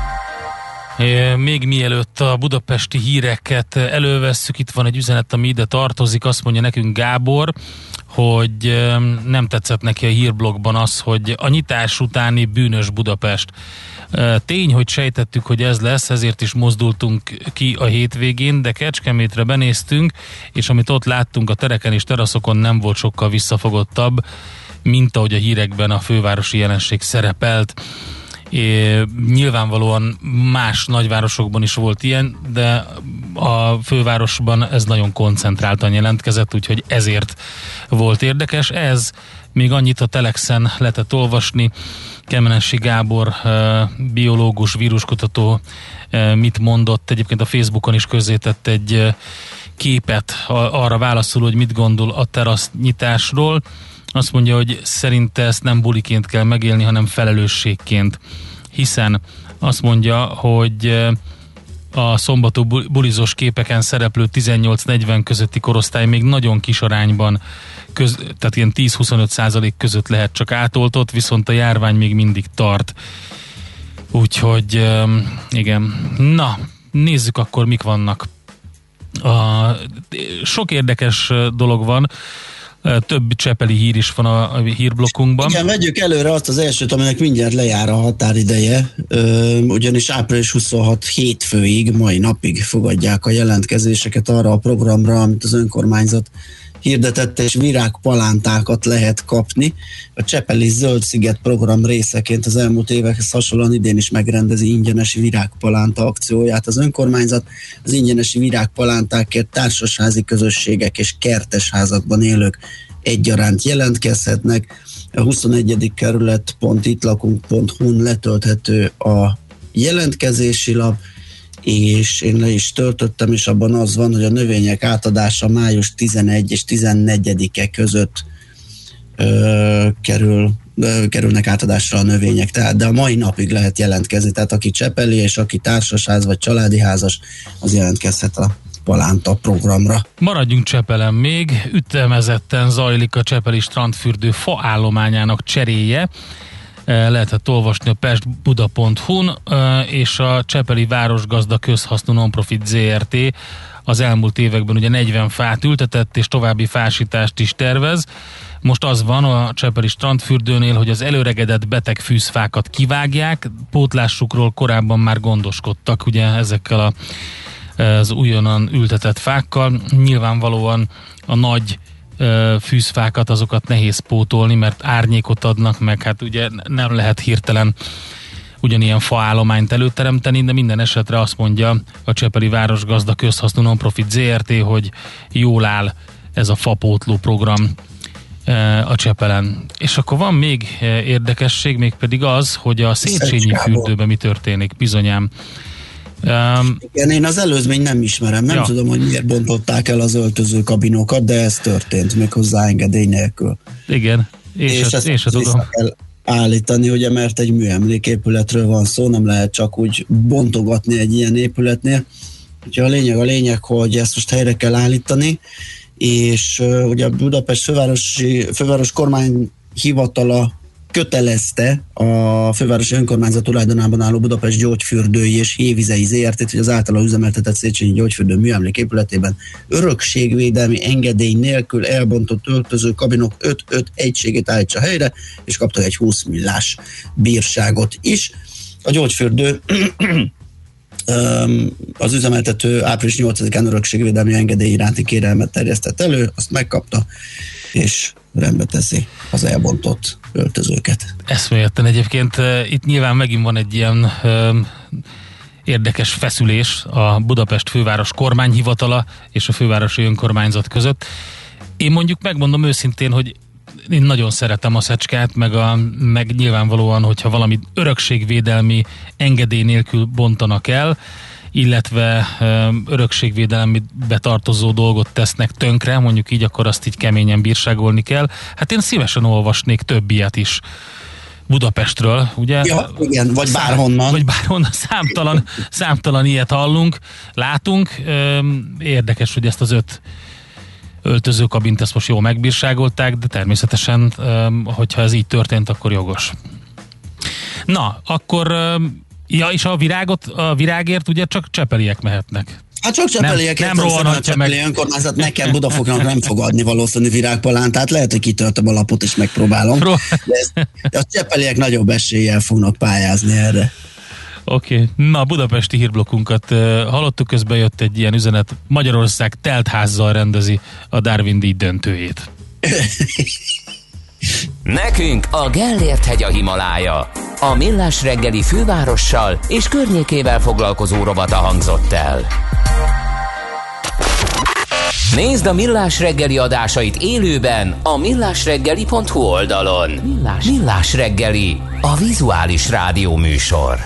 Még mielőtt a budapesti híreket elővesszük, itt van egy üzenet, ami ide tartozik, azt mondja nekünk Gábor, hogy nem tetszett neki a hírblogban az, hogy a nyitás utáni bűnös Budapest. Tény, hogy sejtettük, hogy ez lesz, ezért is mozdultunk ki a hétvégén, de Kecskemétre benéztünk, és amit ott láttunk a tereken és teraszokon, nem volt sokkal visszafogottabb, mint ahogy a hírekben a fővárosi jelenség szerepelt. É, nyilvánvalóan más nagyvárosokban is volt ilyen, de a fővárosban ez nagyon koncentráltan jelentkezett, úgyhogy ezért volt érdekes. Ez még annyit a Telexen lehetett olvasni. Kemenesi Gábor, biológus, víruskutató mit mondott, egyébként a Facebookon is közzétett egy képet arra válaszul, hogy mit gondol a terasz nyitásról. Azt mondja, hogy szerinte ezt nem buliként kell megélni, hanem felelősségként. Hiszen azt mondja, hogy a szombatú bulizós képeken szereplő tizennyolc-negyven közötti korosztály még nagyon kis arányban, köz, tehát ilyen tíz-huszonöt százalék között lehet csak átoltott, viszont a járvány még mindig tart. Úgyhogy igen. Na, nézzük akkor, mik vannak. A, sok érdekes dolog van. Több csepeli hír is van a hírblokkunkban. Igen, vegyük előre azt az elsőt, aminek mindjárt lejár a határideje, ugyanis április huszonhatodika hétfőig, mai napig fogadják a jelentkezéseket arra a programra, amit az önkormányzat hirdetette, és virágpalántákat lehet kapni. A Csepeli Zöldsziget program részeként az elmúlt évekhez hasonlóan idén is megrendezi ingyenes virágpalánta akcióját az önkormányzat. Az ingyenes virágpalántákért társasházi közösségek és kertesházakban élők egyaránt jelentkezhetnek. A huszonegyedik kerület pont itt lakunk pont hu-n letölthető a jelentkezési lap, és én le is töltöttem, és abban az van, hogy a növények átadása május tizenegy és tizennegyedike között ö, kerül, ö, kerülnek átadásra a növények, tehát, de a mai napig lehet jelentkezni, tehát aki csepeli, és aki társasház vagy családi házas, az jelentkezhet a palánta programra. Maradjunk Csepelen még, ütemezetten zajlik a csepeli strandfürdő faállományának cseréje. Lehetett olvasni a pestbuda pont hu-n, és a Csepeli Városgazda Közhasznú Nonprofit zé er té az elmúlt években ugye negyven fát ültetett, és további fásítást is tervez. Most az van a Csepeli strandfürdőnél, hogy az előregedett beteg fűzfákat kivágják, pótlásukról korábban már gondoskodtak, ugye ezekkel a, az újonnan ültetett fákkal. Nyilvánvalóan a nagy fűzfákat, azokat nehéz pótolni, mert árnyékot adnak, meg hát ugye nem lehet hirtelen ugyanilyen faállományt előteremteni, de minden esetre azt mondja a Csepeli Városgazda Közhasznú Nonprofit zé er té, hogy jól áll ez a fapótló program a Csepelen. És akkor van még érdekesség, még pedig az, hogy a Széchenyi fürdőben mi történik, bizonyám. Um, Igen, én az előzmény nem ismerem, nem ja. tudom, hogy miért bontották el az öltöző kabinokat, de ez történt, méghozzá engedély nélkül. Igen, és, és ezt én sem tudom. Kell állítani, ugye, mert egy műemléképületről van szó, nem lehet csak úgy bontogatni egy ilyen épületnél. Úgyhogy a lényeg a lényeg, hogy ezt most helyre kell állítani, és uh, ugye a Budapest fővárosi, főváros kormányhivatala kötelezte a fővárosi önkormányzat tulajdonában álló Budapest gyógyfürdői és hévizei zé er té-t, hogy az általa üzemeltetett Széchenyi gyógyfürdő műemléképületében örökségvédelmi engedély nélkül elbontott öltöző kabinok öt-öt egységét állítsa helyre, és kaptak egy húsz millás bírságot is. A gyógyfürdő az üzemeltető április nyolcadikán örökségvédelmi engedély iránti kérelmet terjesztett elő, azt megkapta, és rendbe teszi az elbontott öltözőket. Eszméletlen egyébként. Itt nyilván megint van egy ilyen ö, érdekes feszülés a Budapest főváros kormányhivatala és a fővárosi önkormányzat között. Én mondjuk megmondom őszintén, hogy én nagyon szeretem a Szecskát, meg, a, meg nyilvánvalóan, hogyha valami örökségvédelmi engedély nélkül bontanak el, illetve örökségvédelmi betartozó dolgot tesznek tönkre, mondjuk így, akkor azt így keményen bírságolni kell. Hát én szívesen olvasnék több ilyet is Budapestről, ugye? Ja, igen, vagy bárhonnan. Vagy bárhonnan, számtalan, számtalan ilyet hallunk, látunk. Érdekes, hogy ezt az öt öltözőkabint ezt most jól megbírságolták, de természetesen, hogyha ez így történt, akkor jogos. Na, akkor ja, és a virágot, a virágért ugye csak csepeliek mehetnek. Hát csak csepeliek, nem, nem rohanhatja a Csepeli meg. Önkormányzat nekem Budafoknak nem fog adni valószínű virágpalántát, lehet, hogy kitöltöm a lapot és megpróbálom. De, ezt, de a csepeliek nagyobb eséllyel fognak pályázni erre. Oké, okay. Na, budapesti hírblokkunkat uh, hallottuk, közben jött egy ilyen üzenet, Magyarország teltházzal rendezi a Darwin-díj döntőjét. Nekünk a Gellért-hegy a Himalája. A Millás reggeli fővárossal és környékével foglalkozó rovata hangzott el. Nézd a Millás reggeli adásait élőben a millásreggeli pont hu oldalon. Millás, Millás reggeli, a vizuális rádió műsor.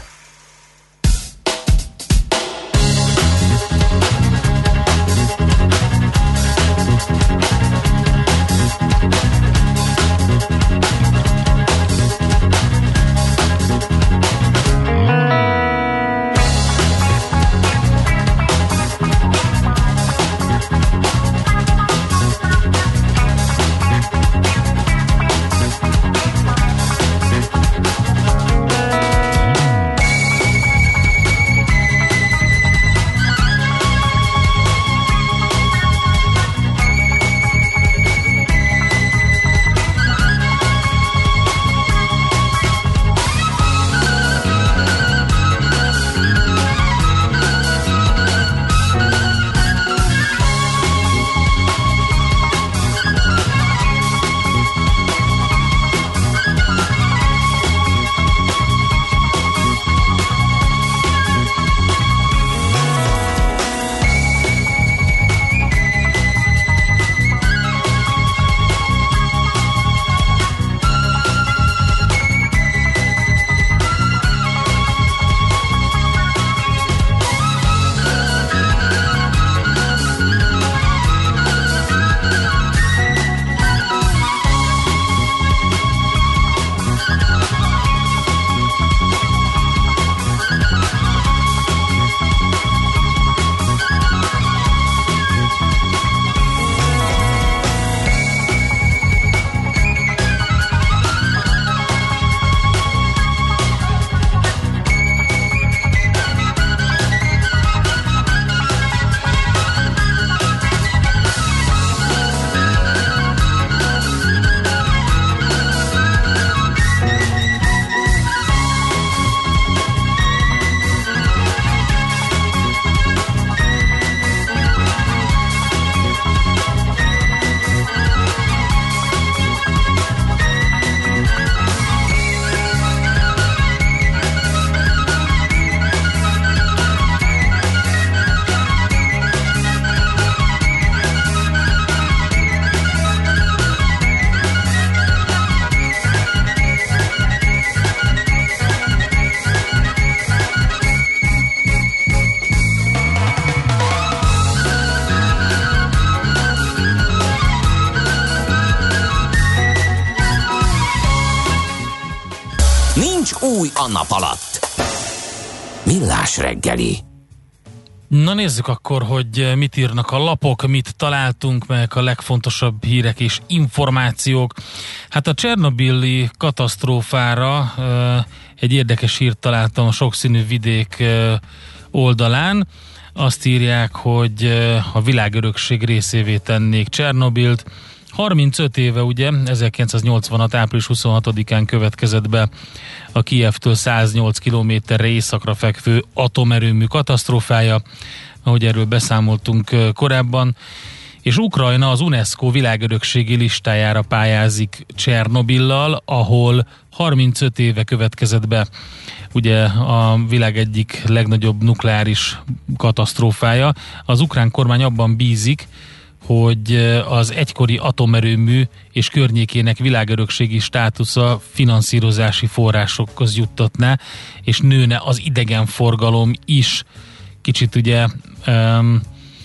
Nincs új a nap alatt. Millás reggeli. Na nézzük akkor, hogy mit írnak a lapok, mit találtunk meg, a legfontosabb hírek és információk. Hát a Csernobili katasztrófára egy érdekes hírt találtam a sokszínű vidék oldalán. Azt írják, hogy a világörökség részévé tennék Csernobilt. harmincöt éve, ugye, ezerkilencszáznyolcvanhat. április huszonhatodikán következett be a Kijevtől száznyolc kilométerre északra fekvő atomerőmű katasztrófája, ahogy erről beszámoltunk korábban, és Ukrajna az UNESCO világörökségi listájára pályázik Csernobillal, ahol harmincöt éve következett be ugye a világ egyik legnagyobb nukleáris katasztrófája. Az ukrán kormány abban bízik, hogy az egykori atomerőmű és környékének világörökségi státusza finanszírozási forrásokhoz juttatná, és nőne az idegenforgalom is. Kicsit ugye um,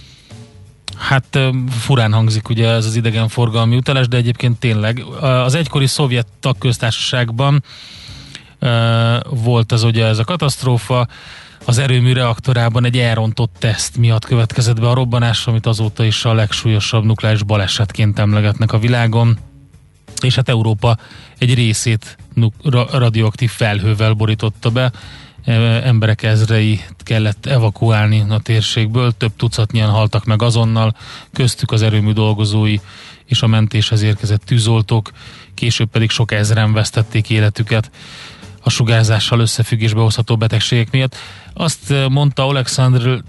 hát um, furán hangzik ugye ez az idegenforgalmi utalás, de egyébként tényleg az egykori szovjet tagköztársaságban uh, volt az ugye ez a katasztrófa. Az erőmű reaktorában egy elrontott teszt miatt következett be a robbanás, amit azóta is a legsúlyosabb nukleáris balesetként emlegetnek a világon, és hát Európa egy részét radioaktív felhővel borította be, emberek ezrei kellett evakuálni a térségből, több tucatnyian haltak meg azonnal, köztük az erőmű dolgozói és a mentéshez érkezett tűzoltók, később pedig sok ezren vesztették életüket a sugárzással összefüggésbe hozható betegségek miatt. Azt mondta Oleksandr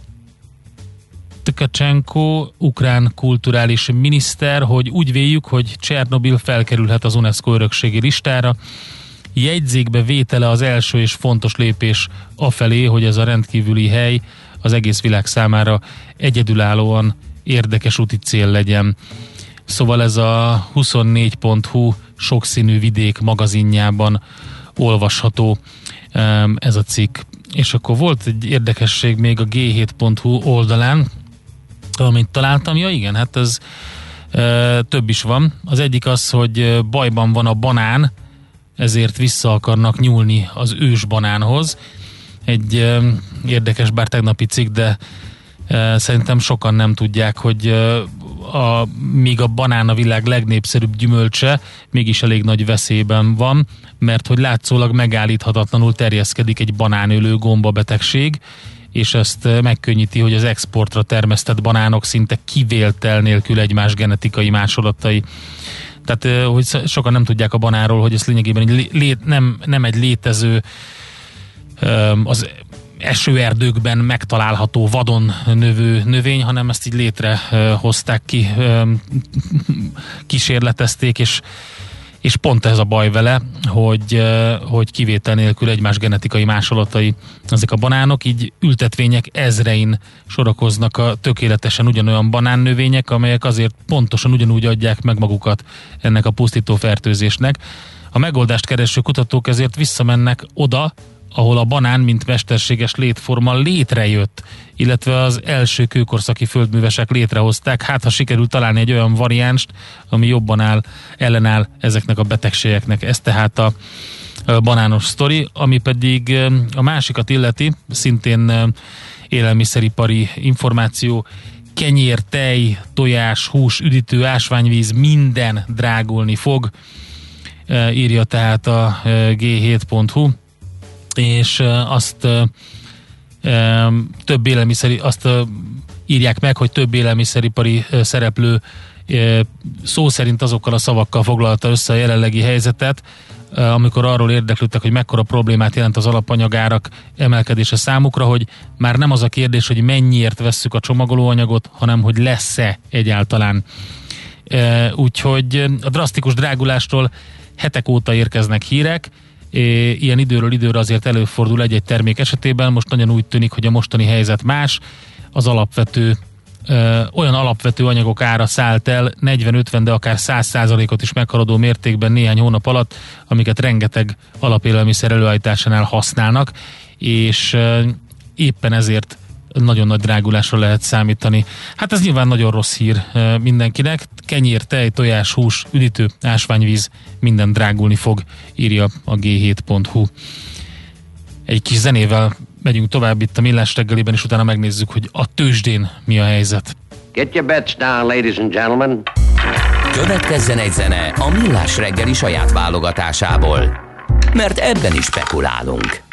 Tkacsenko, ukrán kulturális miniszter, hogy úgy véljük, hogy Csernobil felkerülhet az UNESCO örökségi listára. Jegyzékbe vétele az első és fontos lépés afelé, hogy ez a rendkívüli hely az egész világ számára egyedülállóan érdekes úti cél legyen. Szóval ez a huszonnégy pont hu sokszínű vidék magazinjában olvasható ez a cikk. És akkor volt egy érdekesség még a gé hét pont hu oldalán, amit találtam. Ja igen, hát ez e, több is van. Az egyik az, hogy bajban van a banán, ezért vissza akarnak nyúlni az ős banánhoz. Egy e, érdekes, bár tegnapi cikk, de e, szerintem sokan nem tudják, hogy e, a, míg a banán a világ legnépszerűbb gyümölcse, mégis elég nagy veszélyben van, mert hogy látszólag megállíthatatlanul terjeszkedik egy banánölő gombabetegség, és ezt megkönnyíti, hogy az exportra termesztett banánok szinte kivétel nélkül egymás genetikai másolatai. Tehát, hogy sokan nem tudják a banánról, hogy ez lényegében egy lé, nem, nem egy létező az esőerdőkben megtalálható vadon növő növény, hanem ezt így létrehozták ki, kísérletezték, és és pont ez a baj vele, hogy, hogy kivétel nélkül egymás genetikai másolatai ezek a banánok, így ültetvények ezrein sorakoznak a tökéletesen ugyanolyan banánnövények, amelyek azért pontosan ugyanúgy adják meg magukat ennek a pusztító fertőzésnek. A megoldást kereső kutatók ezért visszamennek oda, ahol a banán, mint mesterséges létforma létrejött, illetve az első kőkorszaki földművesek létrehozták. Hát, ha sikerül találni egy olyan variánst, ami jobban áll, ellenáll ezeknek a betegségeknek. Ez tehát a banános sztori, ami pedig a másikat illeti, szintén élelmiszeripari információ, kenyér, tej, tojás, hús, üdítő, ásványvíz, minden drágulni fog, írja tehát a gé hét pont hu, és azt több élelmiszeri, azt írják meg, hogy több élelmiszeripari szereplő szó szerint azokkal a szavakkal foglalta össze a jelenlegi helyzetet, amikor arról érdeklődtek, hogy mekkora problémát jelent az alapanyagárak emelkedése számukra, hogy már nem az a kérdés, hogy mennyiért vesszük a csomagolóanyagot, hanem hogy lesz-e egyáltalán. Úgyhogy a drasztikus drágulástól hetek óta érkeznek hírek, ilyen időről időre azért előfordul egy-egy termék esetében, most nagyon úgy tűnik, hogy a mostani helyzet más, az alapvető ö, olyan alapvető anyagok ára szállt el negyven-ötven, de akár száz százalékot is meghaladó mértékben néhány hónap alatt, amiket rengeteg alapélelmiszer előállításánál használnak, és ö, éppen ezért nagyon nagy drágulásra lehet számítani. Hát ez nyilván nagyon rossz hír mindenkinek. Kenyér, tej, tojás, hús, üdítő, ásványvíz, minden drágulni fog, írja a gé hét pont hu. Egy kis zenével megyünk tovább itt a Millás reggeliben, és utána megnézzük, hogy a tőzsdén mi a helyzet. Get your bets down, ladies and gentlemen. Következzen egy zene a Millás reggeli saját válogatásából, mert ebben is spekulálunk.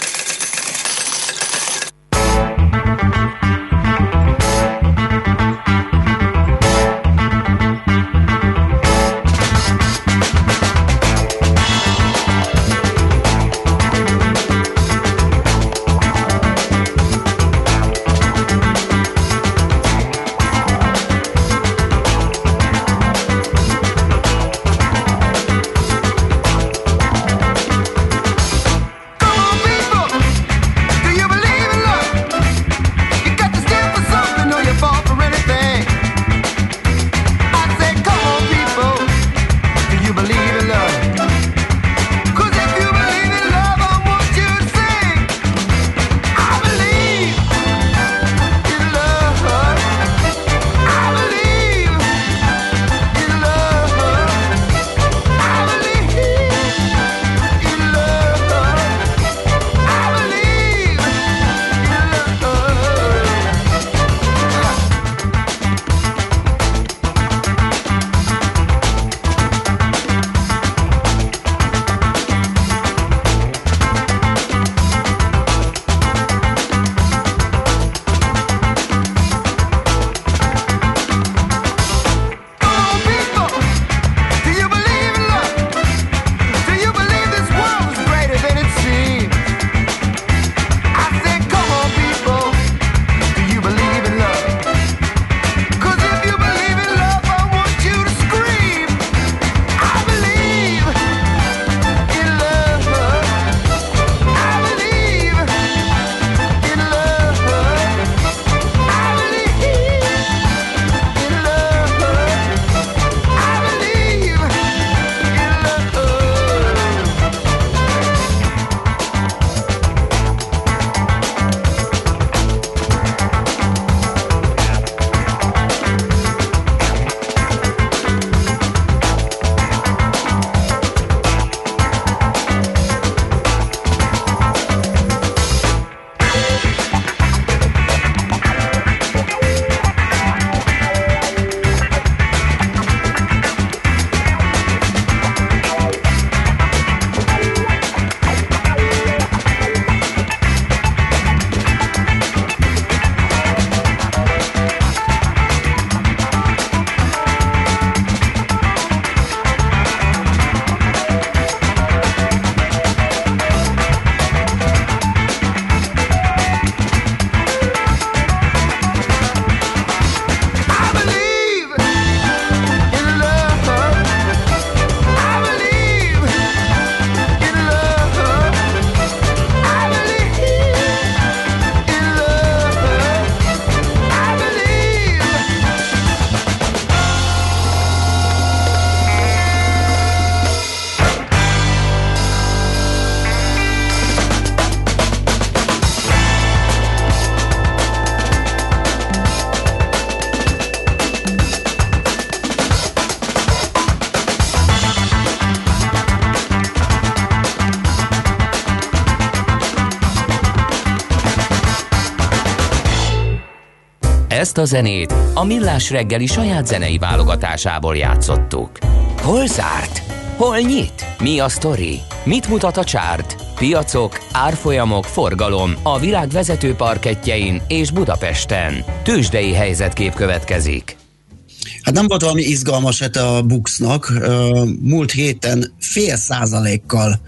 Ezt a zenét a Millás reggeli saját zenei válogatásából játszottuk. Hol zárt? Hol nyit? Mi a sztori? Mit mutat a csárt? Piacok, árfolyamok, forgalom a világ vezető parkettjein és Budapesten. Tőzsdei helyzetkép következik. Hát nem volt valami izgalmas hete a buksznak. Múlt héten fél százalékkal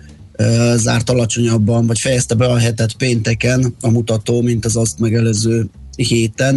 zárt alacsonyabban, vagy fejezte be a hetet pénteken a mutató, mint az azt megelőző héten.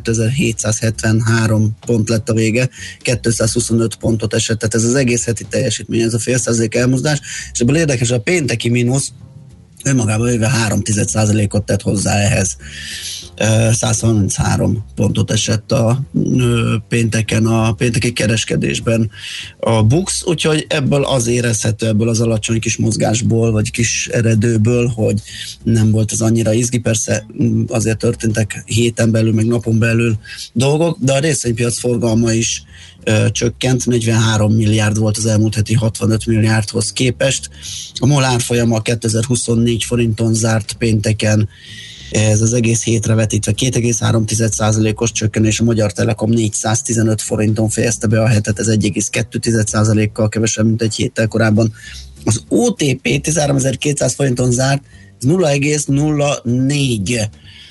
negyvenkétezer-hétszázhetvenhárom pont lett a vége, kétszázhuszonöt pontot esett, tehát ez az egész heti teljesítmény, ez a fél százalék elmozdás, és ebből érdekes, a pénteki mínusz önmagában véve három tized százalékot tett hozzá ehhez. száz harminchárom pontot esett a pénteken, a pénteki kereskedésben a BUX, úgyhogy ebből az érezhető, ebből az alacsony kis mozgásból, vagy kis eredőből, hogy nem volt ez annyira izgi, persze azért történtek héten belül, meg napon belül dolgok, de a részvénypiac forgalma is ö, csökkent, negyvenhárom milliárd volt az elmúlt heti hatvanöt milliárdhoz képest. A MOL árfolyama kétezer-huszonnégy forinton zárt pénteken, ez az egész hétre vetítve két egész három százalékos csökkenés, a Magyar Telekom négyszáztizenöt forinton fejezte be a hetet, ez egy egész kettő százalékkal kevesebb, mint egy héttel korábban. Az o té pé tizenháromezer-kétszáz forinton zárt, ez nulla egész nulla négy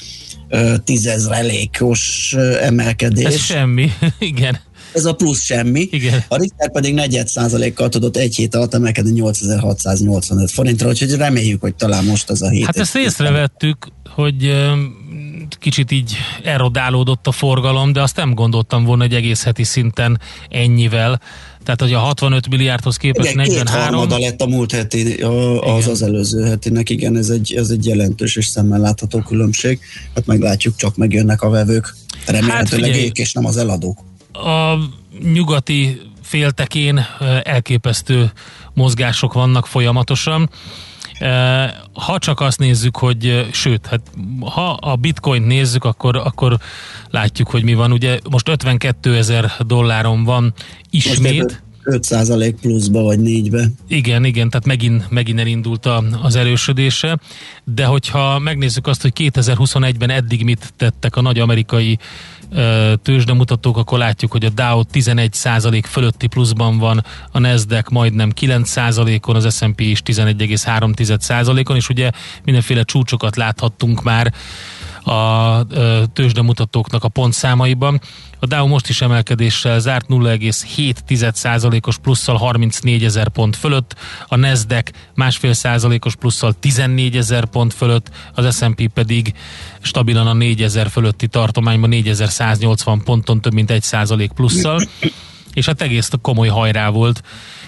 tízezrelékos emelkedés. Ez semmi, igen. Ez a plusz semmi. Igen. A Richter pedig negyed százalékkal tudott egy hét alatt emelkedni nyolcezer-hatszáznyolcvanöt forintra, úgyhogy reméljük, hogy talán most az a hét. Hát ezt észrevettük, hogy kicsit így erodálódott a forgalom, de azt nem gondoltam volna, hogy egész heti szinten ennyivel. Tehát, hogy a hatvanöt milliárdhoz képest igen, negyvenhárom... két harmada lett a múlt heti, a, az az előző hetinek, igen, ez egy, ez egy jelentős és szemmel látható különbség. Hát meglátjuk, csak megjönnek a vevők. Remélhetőleg hát ők, és nem az eladók. A nyugati féltekén elképesztő mozgások vannak folyamatosan. Ha csak azt nézzük, hogy sőt, hát ha a bitcoint nézzük, akkor, akkor látjuk, hogy mi van. Ugye most ötvenkétezer dolláron van ismét. öt százalék pluszba vagy négybe. Igen, igen, tehát megint, megint elindult a, az erősödése, de hogyha megnézzük azt, hogy kétezer-huszonegyben eddig mit tettek a nagy amerikai uh, tőzsdemutatók, akkor látjuk, hogy a Dow tizenegy százalék fölötti pluszban van, a Nasdaq majdnem kilenc százalékon, az es and pé is tizenegy egész három százalékon, és ugye mindenféle csúcsokat láthattunk már a tőzsdemutatóknak a pontszámaiban. A Dow most is emelkedéssel zárt nulla egész hét százalékos plusszal harmincnégyezer pont fölött, a Nasdaq másfél százalékos plusszal tizennégyezer pont fölött, az es and pé pedig stabilan a négyezer fölötti tartományban négyezer-száznyolcvan ponton több mint egy százalék plusszal, és hát egész komoly hajrá volt.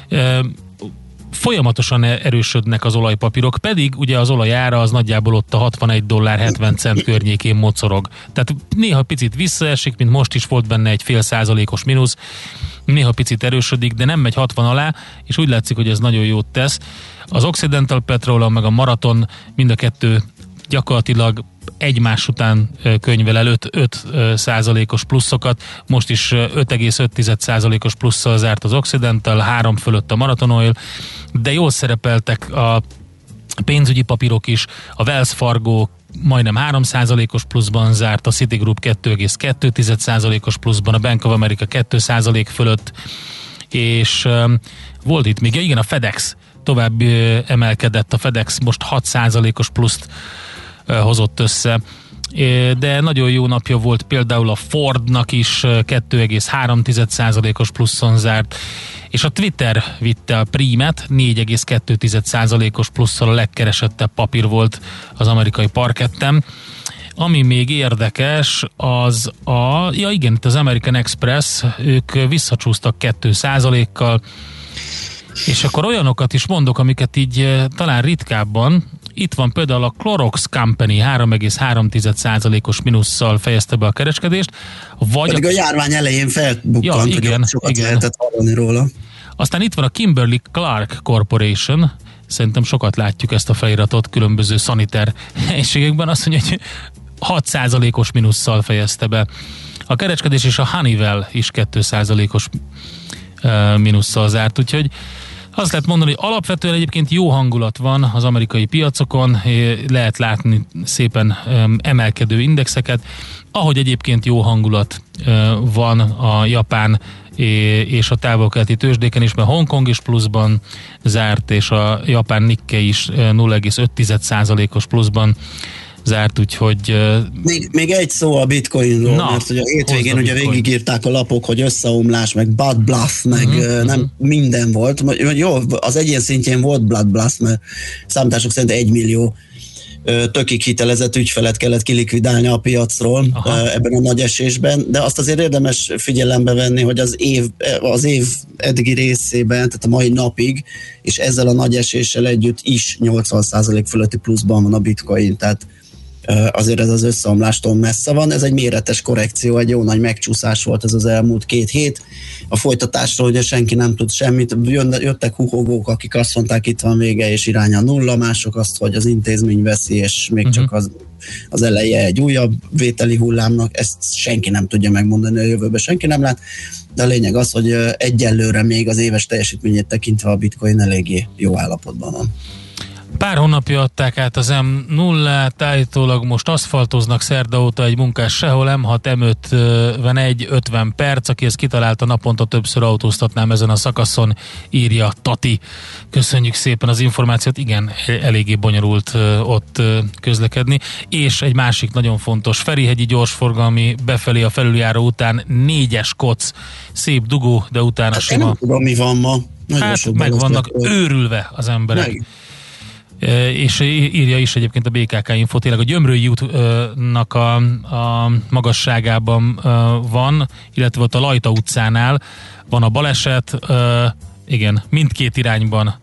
Folyamatosan erősödnek az olajpapírok, pedig ugye az olajára az nagyjából ott a hatvanegy dollár hetven cent környékén mocorog. Tehát néha picit visszaesik, mint most is volt benne egy fél százalékos mínusz, néha picit erősödik, de nem megy hatvan alá, és úgy látszik, hogy ez nagyon jót tesz. Az Occidental Petroleum meg a Marathon mind a kettő gyakorlatilag egymás után könyvel el öt százalékos pluszokat, most is öt egész öt százalékos plusszal zárt az Occidental, három fölött a Marathon Oil, de jól szerepeltek a pénzügyi papírok is, a Wells Fargo majdnem három százalékos pluszban zárt, a Citigroup kettő egész kettő százalékos pluszban, a Bank of America két százalék fölött, és um, volt itt még, igen, a FedEx tovább uh, emelkedett, a FedEx most hat százalékos pluszt hozott össze, de nagyon jó napja volt például a Fordnak is, kettő egész három százalékos pluszon zárt, és a Twitter vitte a prímet, négy egész kettő százalékos plusszal a legkeresettebb papír volt az amerikai parketten. Ami még érdekes, az a, ja igen, itt az American Express, ők visszacsúsztak két százalékkal, és akkor olyanokat is mondok, amiket így talán ritkábban. Itt van például a Clorox Company három egész három százalékos minusszal fejezte be a kereskedést. Vagy Pedig a, a járvány elején felbukkant, ja, igen, hogy sokat igen. lehetett hallani róla. Aztán itt van a Kimberly-Clark Corporation, szerintem sokat látjuk ezt a feliratot különböző szaniter helységekben, azt mondja, hogy hat százalékos minusszal fejezte be a kereskedés, és a Honeywell is két százalékos uh, minusszal zárt, úgyhogy azt lehet mondani, hogy alapvetően egyébként jó hangulat van az amerikai piacokon, lehet látni szépen emelkedő indexeket, ahogy egyébként jó hangulat van a japán és a távol-keleti tőzsdéken is, mert Hongkong is pluszban zárt, és a japán Nikkei is nulla egész öt százalékos pluszban zárt, úgyhogy... Még, még egy szó a bitcoinról, na, mert hogy a hétvégén ugye bitcoin. Végigírták a lapok, hogy összeomlás, meg blood bluff, meg uh-huh, nem uh-huh. minden volt. Jó, az egyén szintjén volt blood bluff, mert számítások szerint egy millió tökig hitelezett ügyfelet kellett kilikvidálni a piacról. Aha. Ebben a nagy esésben, de azt azért érdemes figyelembe venni, hogy az év, az év eddigi részében, tehát a mai napig, és ezzel a nagy eséssel együtt is nyolcvan százalék fölötti pluszban van a bitcoin, tehát azért ez az összeomlástól messze van. Ez egy méretes korrekció, egy jó nagy megcsúszás volt ez az elmúlt két hét. A folytatásról ugye senki nem tud semmit. Jöttek huhogók, akik azt mondták, itt van vége és irány a nulla, mások azt, hogy az intézmény veszi, és még uh-huh. csak az, az eleje egy újabb vételi hullámnak. Ezt senki nem tudja megmondani, a jövőben senki nem lát. De a lényeg az, hogy egyelőre még az éves teljesítményét tekintve a Bitcoin eléggé jó állapotban van. Pár hónapja adták át az em nullát, állítólag most aszfaltoznak szerda óta egy munkás sehol, em hat em ötvenegy ötven perc, aki ezt kitalálta, naponta többször autóztatnám ezen a szakaszon, írja Tati. Köszönjük szépen az információt, igen, eléggé bonyolult ott közlekedni. És egy másik nagyon fontos, Ferihegyi gyorsforgalmi befelé a felüljáró után négyes koc, szép dugó, de utána hát sima. Nem tudom, mi van ma. Nagyon hát meg vannak őrülve az emberek. Meg. És írja is egyébként a bé ká ká Info, tényleg a Gyömrői útnak a, a magasságában van, illetve ott a Lajta utcánál van a baleset, igen, mindkét irányban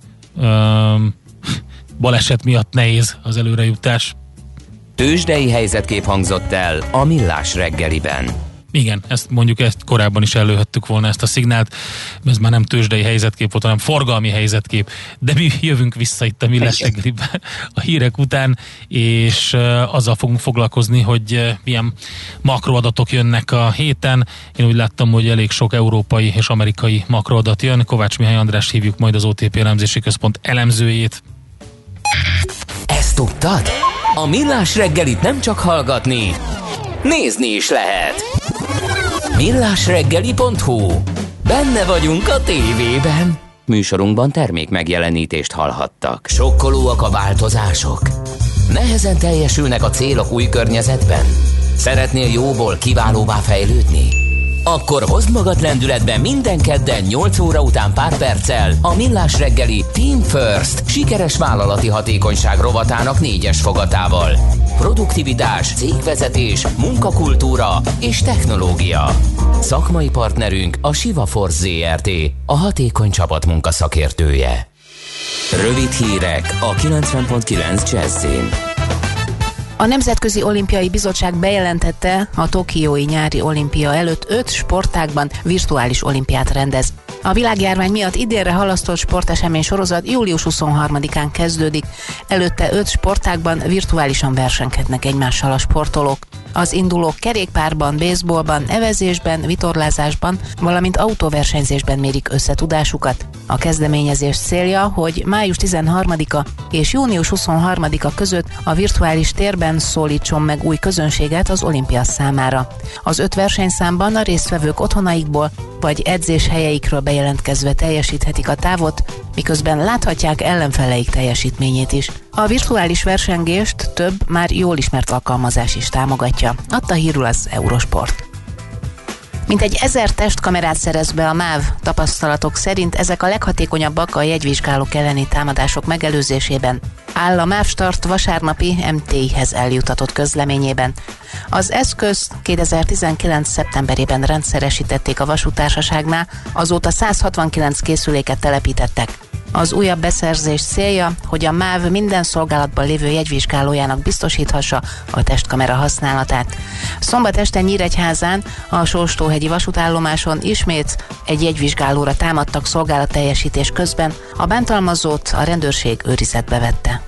baleset miatt nehéz az előrejutás. Tőzsdei helyzetkép hangzott el a Millás reggeliben. Igen, ezt mondjuk ezt korábban is előhettük volna ezt a szignált, ez már nem tőzsdei helyzetkép volt, hanem forgalmi helyzetkép, de mi jövünk vissza itt a Millás reggeliben a hírek után, és azzal fogunk foglalkozni, hogy milyen makroadatok jönnek a héten. Én úgy láttam, hogy elég sok európai és amerikai makroadat jön. Kovács Mihály András hívjuk majd az o té pé elemzési központ elemzőjét. Ezt tudtad? A Millás reggelit nem csak hallgatni, nézni is lehet. millásreggeli pont hu. Benne vagyunk a tévében. Műsorunkban termék megjelenítést hallhattak. Sokkolóak a változások? Nehezen teljesülnek a célok új környezetben? Szeretnél jóból kiválóvá fejlődni? Akkor hozd magad lendületbe minden kedden nyolc óra után pár perccel a Millás reggeli Team First sikeres vállalati hatékonyság rovatának négyes fogatával. Produktivitás, cégvezetés, munkakultúra és technológia. Szakmai partnerünk a Siva Force zé er té, a hatékony csapatmunka szakértője. Rövid hírek a kilencven pont kilenc Jazzin. A Nemzetközi Olimpiai Bizottság bejelentette, a tokiói nyári olimpia előtt öt sportágban virtuális olimpiát rendez. A világjárvány miatt idénre halasztott sportesemény sorozat július huszonharmadikán kezdődik. Előtte öt sportágban virtuálisan versenkednek egymással a sportolók. Az indulók kerékpárban, baseballban, evezésben, vitorlázásban, valamint autóversenyzésben mérik összetudásukat. A kezdeményezés célja, hogy május tizenharmadika és június huszonharmadika között a virtuális térben szólítson meg új közönséget az olimpia számára. Az öt versenyszámban a résztvevők otthonaikból vagy edzéshelyeikről bejelentkezve teljesíthetik a távot, miközben láthatják ellenfeleik teljesítményét is. A virtuális versengést több már jól ismert alkalmazás is támogatja, adta hírül az Eurosport. Mintegy ezer testkamerát szerez be a MÁV, tapasztalatok szerint ezek a leghatékonyabbak a jegyvizsgálók elleni támadások megelőzésében, áll a MÁV Start vasárnapi em té i-hez eljutatott közleményében. Az eszközt kétezer-tizenkilenc. szeptemberében rendszeresítették a vasútársaságnál, azóta száz hatvankilenc készüléket telepítettek. Az újabb beszerzés célja, hogy a MÁV minden szolgálatban lévő jegyvizsgálójának biztosíthassa a testkamera használatát. Szombat este Nyíregyházán, a Sóstóhegyi vasútállomáson ismét egy jegyvizsgálóra támadtak szolgálatteljesítés közben, a bántalmazót a rendőrség őrizetbe vette.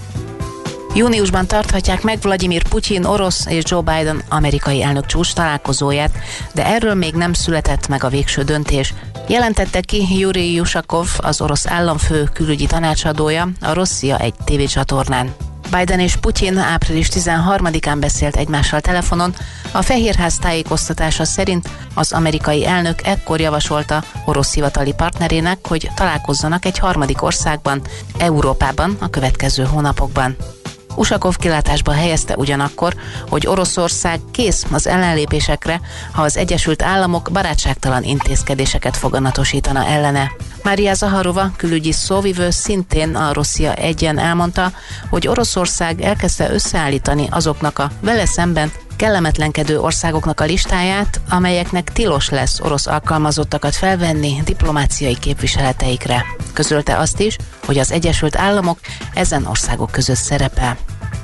Júniusban tarthatják meg Vladimir Putyin orosz és Joe Biden amerikai elnök csúcs találkozóját, de erről még nem született meg a végső döntés. Jelentette ki Jurij Ushakov, az orosz államfő külügyi tanácsadója a Rosszia egy tévécsatornán. Biden és Putyin április tizenharmadikán beszélt egymással telefonon. A Fehérház tájékoztatása szerint az amerikai elnök ekkor javasolta orosz hivatali partnerének, hogy találkozzanak egy harmadik országban, Európában a következő hónapokban. Ushakov kilátásba helyezte ugyanakkor, hogy Oroszország kész az ellenlépésekre, ha az Egyesült Államok barátságtalan intézkedéseket foganatosítana ellene. Mária Zaharova, külügyi szóvivő, szintén a Rosszia egyen elmondta, hogy Oroszország elkezdte összeállítani azoknak a vele szemben kellemetlenkedő országoknak a listáját, amelyeknek tilos lesz orosz alkalmazottakat felvenni diplomáciai képviseleteikre. Közölte azt is, hogy az Egyesült Államok ezen országok között szerepel.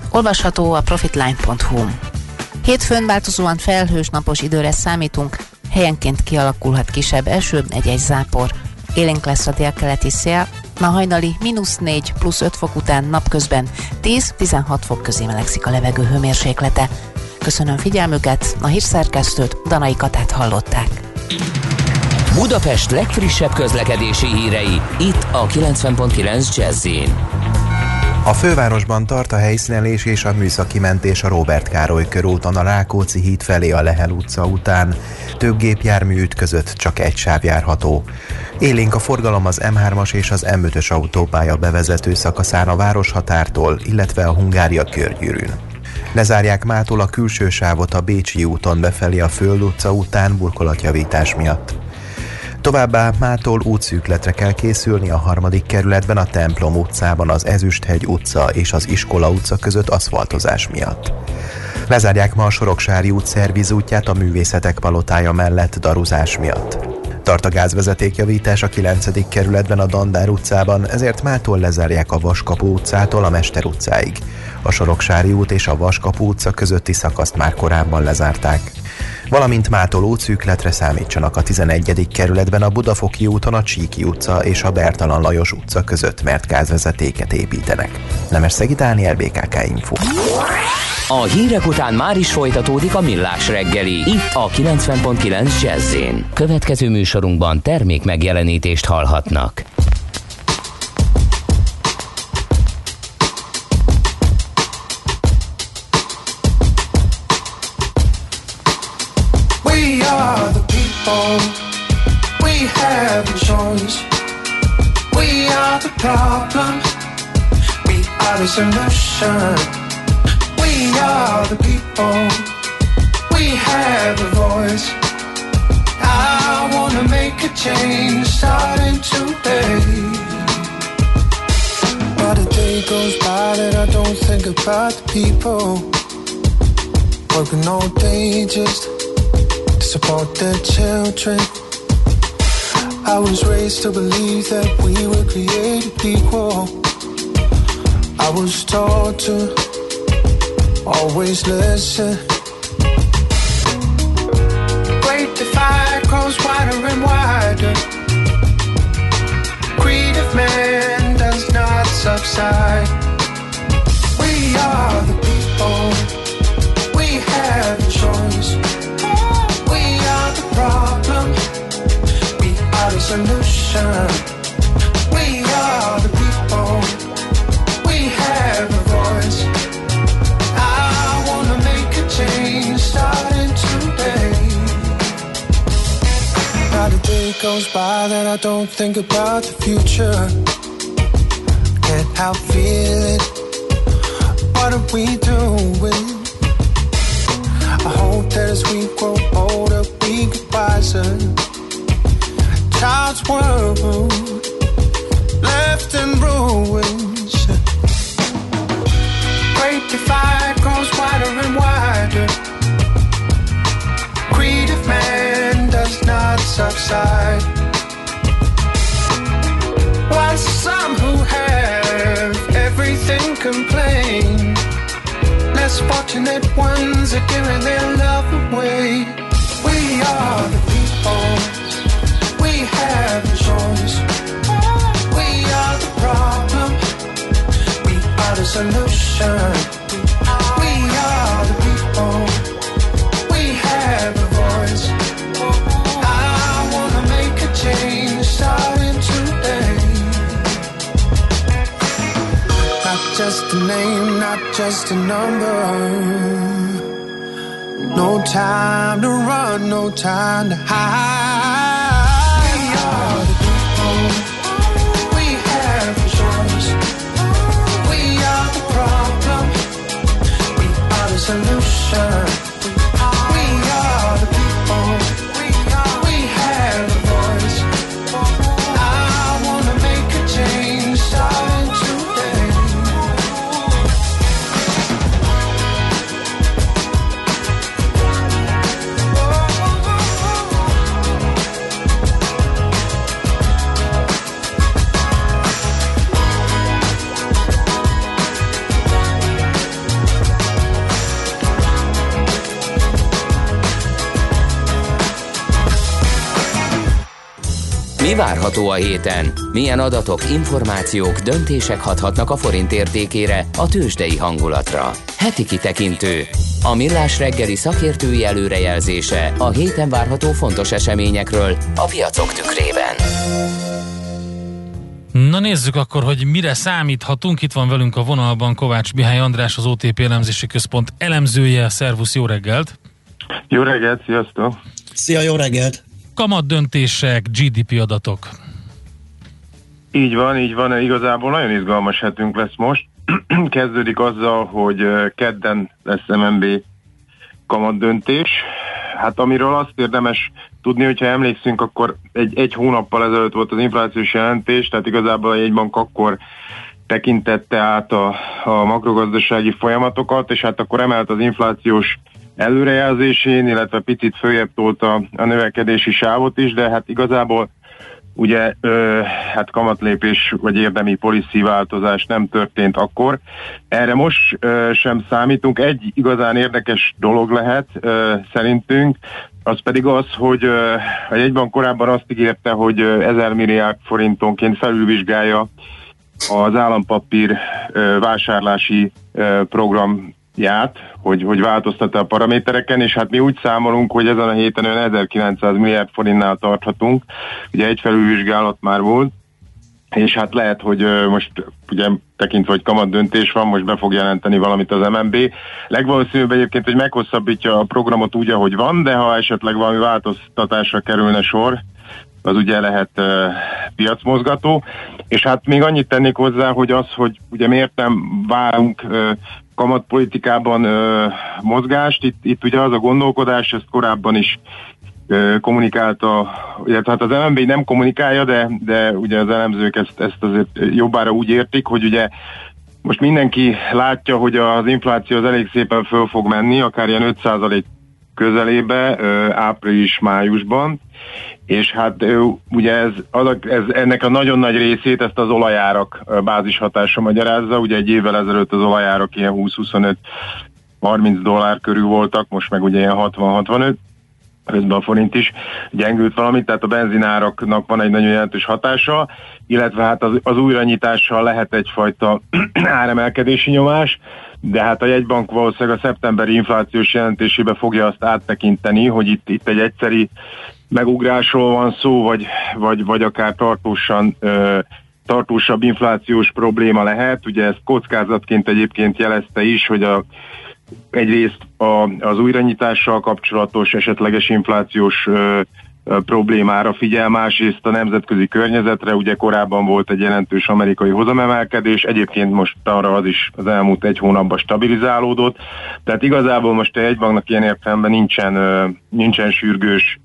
Olvasható a profitline pont hu. Hétfőn változóan felhős napos időre számítunk, helyenként kialakulhat kisebb eső, egy-egy zápor. Élénk lesz a délkeleti szél, ma hajnali mínusz négy plusz öt fok után napközben tíz-tizenhat fok közé melegszik a levegő hőmérséklete. Köszönöm figyelmüket, a hírszerkesztőt, Danai Katát hallották. Budapest legfrissebb közlekedési hírei, itt a kilencven pont kilenc Jazz-in. A fővárosban tart a helyszínelés és a műszaki mentés a Róbert Károly körúton a Rákóczi híd felé a Lehel utca után. Több gépjármű ütközött, csak egy sáv járható. Élénk a forgalom az em hármas és az em ötös autópálya bevezető szakaszán a városhatártól, illetve a Hungária körgyűrűn. Lezárják mától a külső sávot a Bécsi úton befelé a Föld utca után burkolatjavítás miatt. Továbbá mától útszűkletre kell készülni a harmadik kerületben a Templom utcában az Ezüsthegy utca és az Iskola utca között aszfaltozás miatt. Lezárják ma a Soroksári út szervizútját a Művészetek palotája mellett daruzás miatt. Tart a gázvezetékjavítás a kilencedik kerületben a Dandár utcában, ezért mától lezárják a Vaskapu utcától a Mester utcáig. A Soroksári út és a Vaskapu utca közötti szakaszt már korábban lezárták. Valamint mától útszűkletre számítsanak a tizenegyedik kerületben a Budafoki úton a Csíki utca és a Bertalan Lajos utca között, mert gázvezetéket építenek. Nemesszegi Dániel, bé ká ká Info. A hírek után már is folytatódik a Millás reggeli, itt a kilencven pont kilenc Jazz-in. Következő műsorunkban termék megjelenítést hallhatnak. We are the people, we have a choice. We are the problem, we are the solution. We are the people, we have a voice. I wanna make a change starting today. But a day goes by that I don't think about the people working all day just to support their children. I was raised to believe that we were created equal. I was taught to always listen. Great divide grows wider and wider. Greed of man does not subside. We are the people, we have a choice. We are the problem, we are the solution. We are the people, we have a voice. Change starting today. Not a day goes by that I don't think about the future. Can't help feeling, what are we doing? I hope that as we grow older we get wiser. Child's world left in ruins. Great divide grows wider and wider. Greed of man does not subside. While some who have everything complain, less fortunate ones are giving their love away. We are the people, we have a choice. We are the problem, we are the solution. We are the people, we have a voice. I wanna make a change starting today. Not just a name, not just a number. No time to run, no time to hide. We are the people, we have a choice. We are the problem, we are the solution. We are the people, we have a voice. I wanna make a change starting today. várható a héten? Milyen adatok, információk, döntések hathatnak a forint értékére, a tőzsdei hangulatra? Heti kitekintő. A Millás reggeli szakértői előrejelzése a héten várható fontos eseményekről a piacok tükrében. Na nézzük akkor, hogy mire számíthatunk. Itt van velünk a vonalban Kovács Mihály András, az o té pé Elemzési Központ elemzője. Szervusz, jó reggelt! Jó reggelt, sziasztok! Szia, jó reggelt! Kamat döntések, gé dé pé adatok. Így van, így van. Igazából nagyon izgalmas hetünk lesz most. Kezdődik azzal, hogy kedden lesz em en bé kamat döntés. Hát amiről azt érdemes tudni, hogyha emlékszünk, akkor egy, egy hónappal ezelőtt volt az inflációs jelentés, tehát igazából a jegybank akkor tekintette át a, a makrogazdasági folyamatokat, és hát akkor emelt az inflációs előrejelzésén, illetve picit följebb tolta a növekedési sávot is, de hát igazából ugye ö, hát kamatlépés vagy érdemi policy változás nem történt akkor. Erre most ö, sem számítunk. Egy igazán érdekes dolog lehet ö, szerintünk, az pedig az, hogy ö, a jegybank korábban azt ígérte, hogy ö, ezer milliárd forintonként felülvizsgálja az állampapír ö, vásárlási ö, program ját, hogy, hogy változtat a paramétereken, és hát mi úgy számolunk, hogy ezen a héten olyan ezerkilencszáz milliárd forintnál tarthatunk. Ugye egy felülvizsgálat már volt, és hát lehet, hogy most ugye tekintve, hogy kamat döntés van, most be fog jelenteni valamit az em en bé. Legvalószínűbb egyébként, hogy meghosszabbítja a programot úgy, ahogy van, de ha esetleg valami változtatásra kerülne sor, az ugye lehet uh, piacmozgató. És hát még annyit tennék hozzá, hogy az, hogy ugye miért nem várunk uh, kamatpolitikában uh, mozgást, itt, itt ugye az a gondolkodás, ezt korábban is uh, kommunikálta, illetve hát az em en bé nem kommunikálja, de, de ugye az elemzők ezt, ezt azért jobbára úgy értik, hogy ugye most mindenki látja, hogy az infláció az elég szépen föl fog menni, akár ilyen öt százalék közelébe, uh, április-májusban, és hát ugye ez, az, ez, ennek a nagyon nagy részét ezt az olajárak bázishatása magyarázza, ugye egy évvel ezelőtt az olajárak ilyen húsz-huszonöt-harminc dollár körül voltak, most meg ugye ilyen hatvan-hatvanöt, közben a forint is gyengült valamit, tehát a benzináraknak van egy nagyon jelentős hatása, illetve hát az, az újranyitással lehet egyfajta áremelkedési nyomás, de hát a jegybank valószínűleg a szeptemberi inflációs jelentésébe fogja azt áttekinteni, hogy itt, itt egy egyszeri megugrásról van szó, vagy, vagy, vagy akár tartósan, ö, tartósabb inflációs probléma lehet. Ugye ezt kockázatként egyébként jelezte is, hogy a, egyrészt a, az újranyitással kapcsolatos esetleges inflációs ö, ö, problémára figyel, másrészt a nemzetközi környezetre, ugye korábban volt egy jelentős amerikai hozamemelkedés, egyébként most arra az is az elmúlt egy hónapban stabilizálódott, tehát igazából most a jegybanknak ilyen értelemben nincsen, ö, nincsen sürgős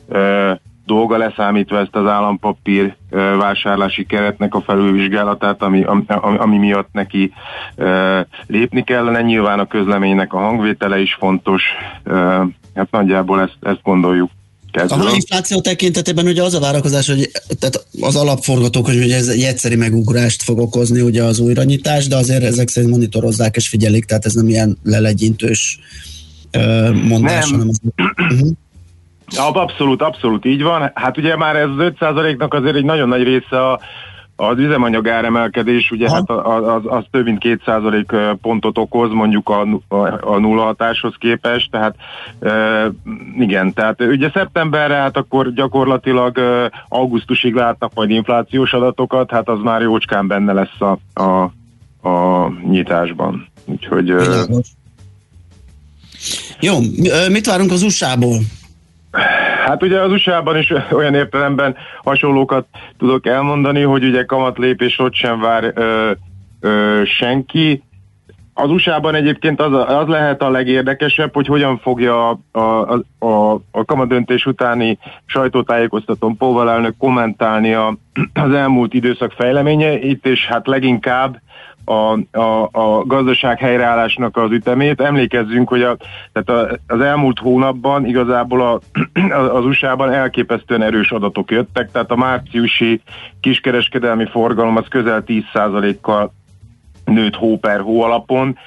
ö, dolga, leszámítva ezt az állampapír ö, vásárlási keretnek a felülvizsgálatát, ami, ami, ami miatt neki ö, lépni kellene. Nyilván a közleménynek a hangvétele is fontos, ö, hát nagyjából ezt, ezt gondoljuk. Kezdve. A infláció tekintetében ugye az a várakozás, hogy tehát az alapforgatók, hogy ugye ez egy egyszeri megugrást fog okozni ugye az újranyitás, de azért ezek szerint monitorozzák és figyelik, tehát ez nem ilyen lelegyintős ö, mondás, nem. hanem az... Uh-huh. Abszolút, abszolút így van. Hát ugye már ez az öt százaléknak azért egy nagyon nagy része a, az üzemanyag áremelkedés, ugye ha. hát az, az több mint két százalék pontot okoz mondjuk a, a, a nulla hatáshoz képest, tehát e, igen, tehát ugye szeptemberre hát akkor gyakorlatilag e, augusztusig látnak majd inflációs adatokat, hát az már jócskán benne lesz a, a, a nyitásban. Úgyhogy... E, Jó, mit várunk az u es á-ból? Hát ugye az u es á-ban is olyan értelemben hasonlókat tudok elmondani, hogy ugye kamatlépés ott sem vár ö, ö, senki. Az u es á-ban egyébként az, az lehet a legérdekesebb, hogy hogyan fogja a, a, a, a kamatdöntés utáni sajtótájékoztatón Powell elnök kommentálni a, az elmúlt időszak fejleményeit, és hát leginkább A, a, a gazdaság helyreállásnak az ütemét. Emlékezzünk, hogy a, tehát a, az elmúlt hónapban igazából a, az u es á-ban elképesztően erős adatok jöttek, tehát a márciusi kiskereskedelmi forgalom az közel tíz százalékkal nőtt hó per hó alapon.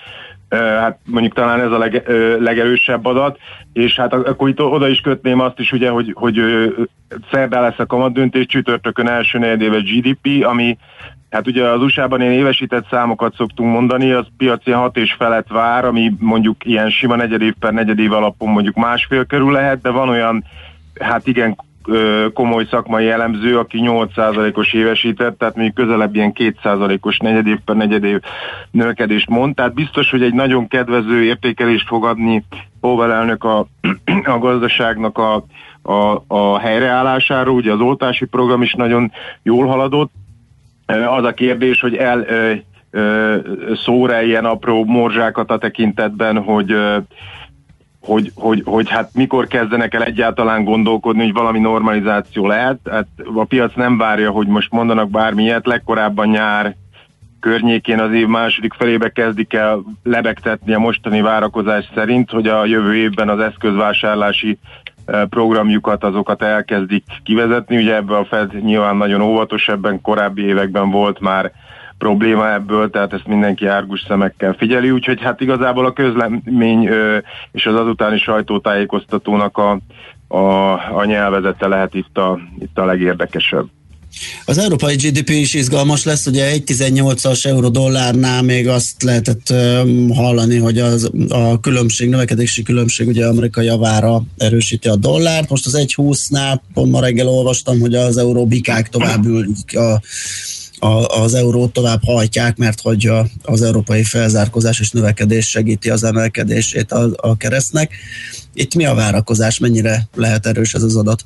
hát mondjuk talán ez a leg, legerősebb adat, és hát akkor itt oda is kötném azt is, ugye, hogy, hogy szerdán lesz a kamatdöntés, csütörtökön első negyedéves gé dé pé, ami hát ugye az u es á-ban ilyen évesített számokat szoktunk mondani, az piaci hat és felett vár, ami mondjuk ilyen sima negyedév per negyedév alapon mondjuk másfél körül lehet, de van olyan, hát igen, komoly szakmai elemző, aki nyolc százalékos évesített, tehát még közelebb ilyen két százalékos negyedév per negyedév növekedést mond, tehát biztos, hogy egy nagyon kedvező értékelést fog adni Powell elnök a, a gazdaságnak a, a, a helyreállásáról, ugye az oltási program is nagyon jól haladott. Az a kérdés, hogy el ö, ö, szóra ilyen apró morzsákat a tekintetben, hogy ö, Hogy, hogy, hogy hát mikor kezdenek el egyáltalán gondolkodni, hogy valami normalizáció lehet. Hát a piac nem várja, hogy most mondanak bármilyet, legkorábban nyár környékén az év második felébe kezdik el lebegtetni a mostani várakozás szerint, hogy a jövő évben az eszközvásárlási programjukat, azokat elkezdik kivezetni. Ugye ebben a Fed nyilván nagyon óvatos, ebben korábbi években volt már probléma ebből, tehát ezt mindenki árgus szemekkel figyeli, úgyhogy hát igazából a közlemény ö, és az azutáni sajtótájékoztatónak a, a, a nyelvezete lehet itt a, itt a legérdekesebb. Az európai gé dé pé is izgalmas lesz, ugye egy egész tizennyolcas euró-dollárnál még azt lehetett um, hallani, hogy az, a különbség, növekedési különbség ugye Amerika javára erősíti a dollárt. Most az egy húsznál pont ma reggel olvastam, hogy az euró bikák tovább ülik a A, az eurót tovább hajtják, mert hogy a, az európai felzárkózás és növekedés segíti az emelkedését a, a keresztnek. Itt mi a várakozás, mennyire lehet erős ez az adat?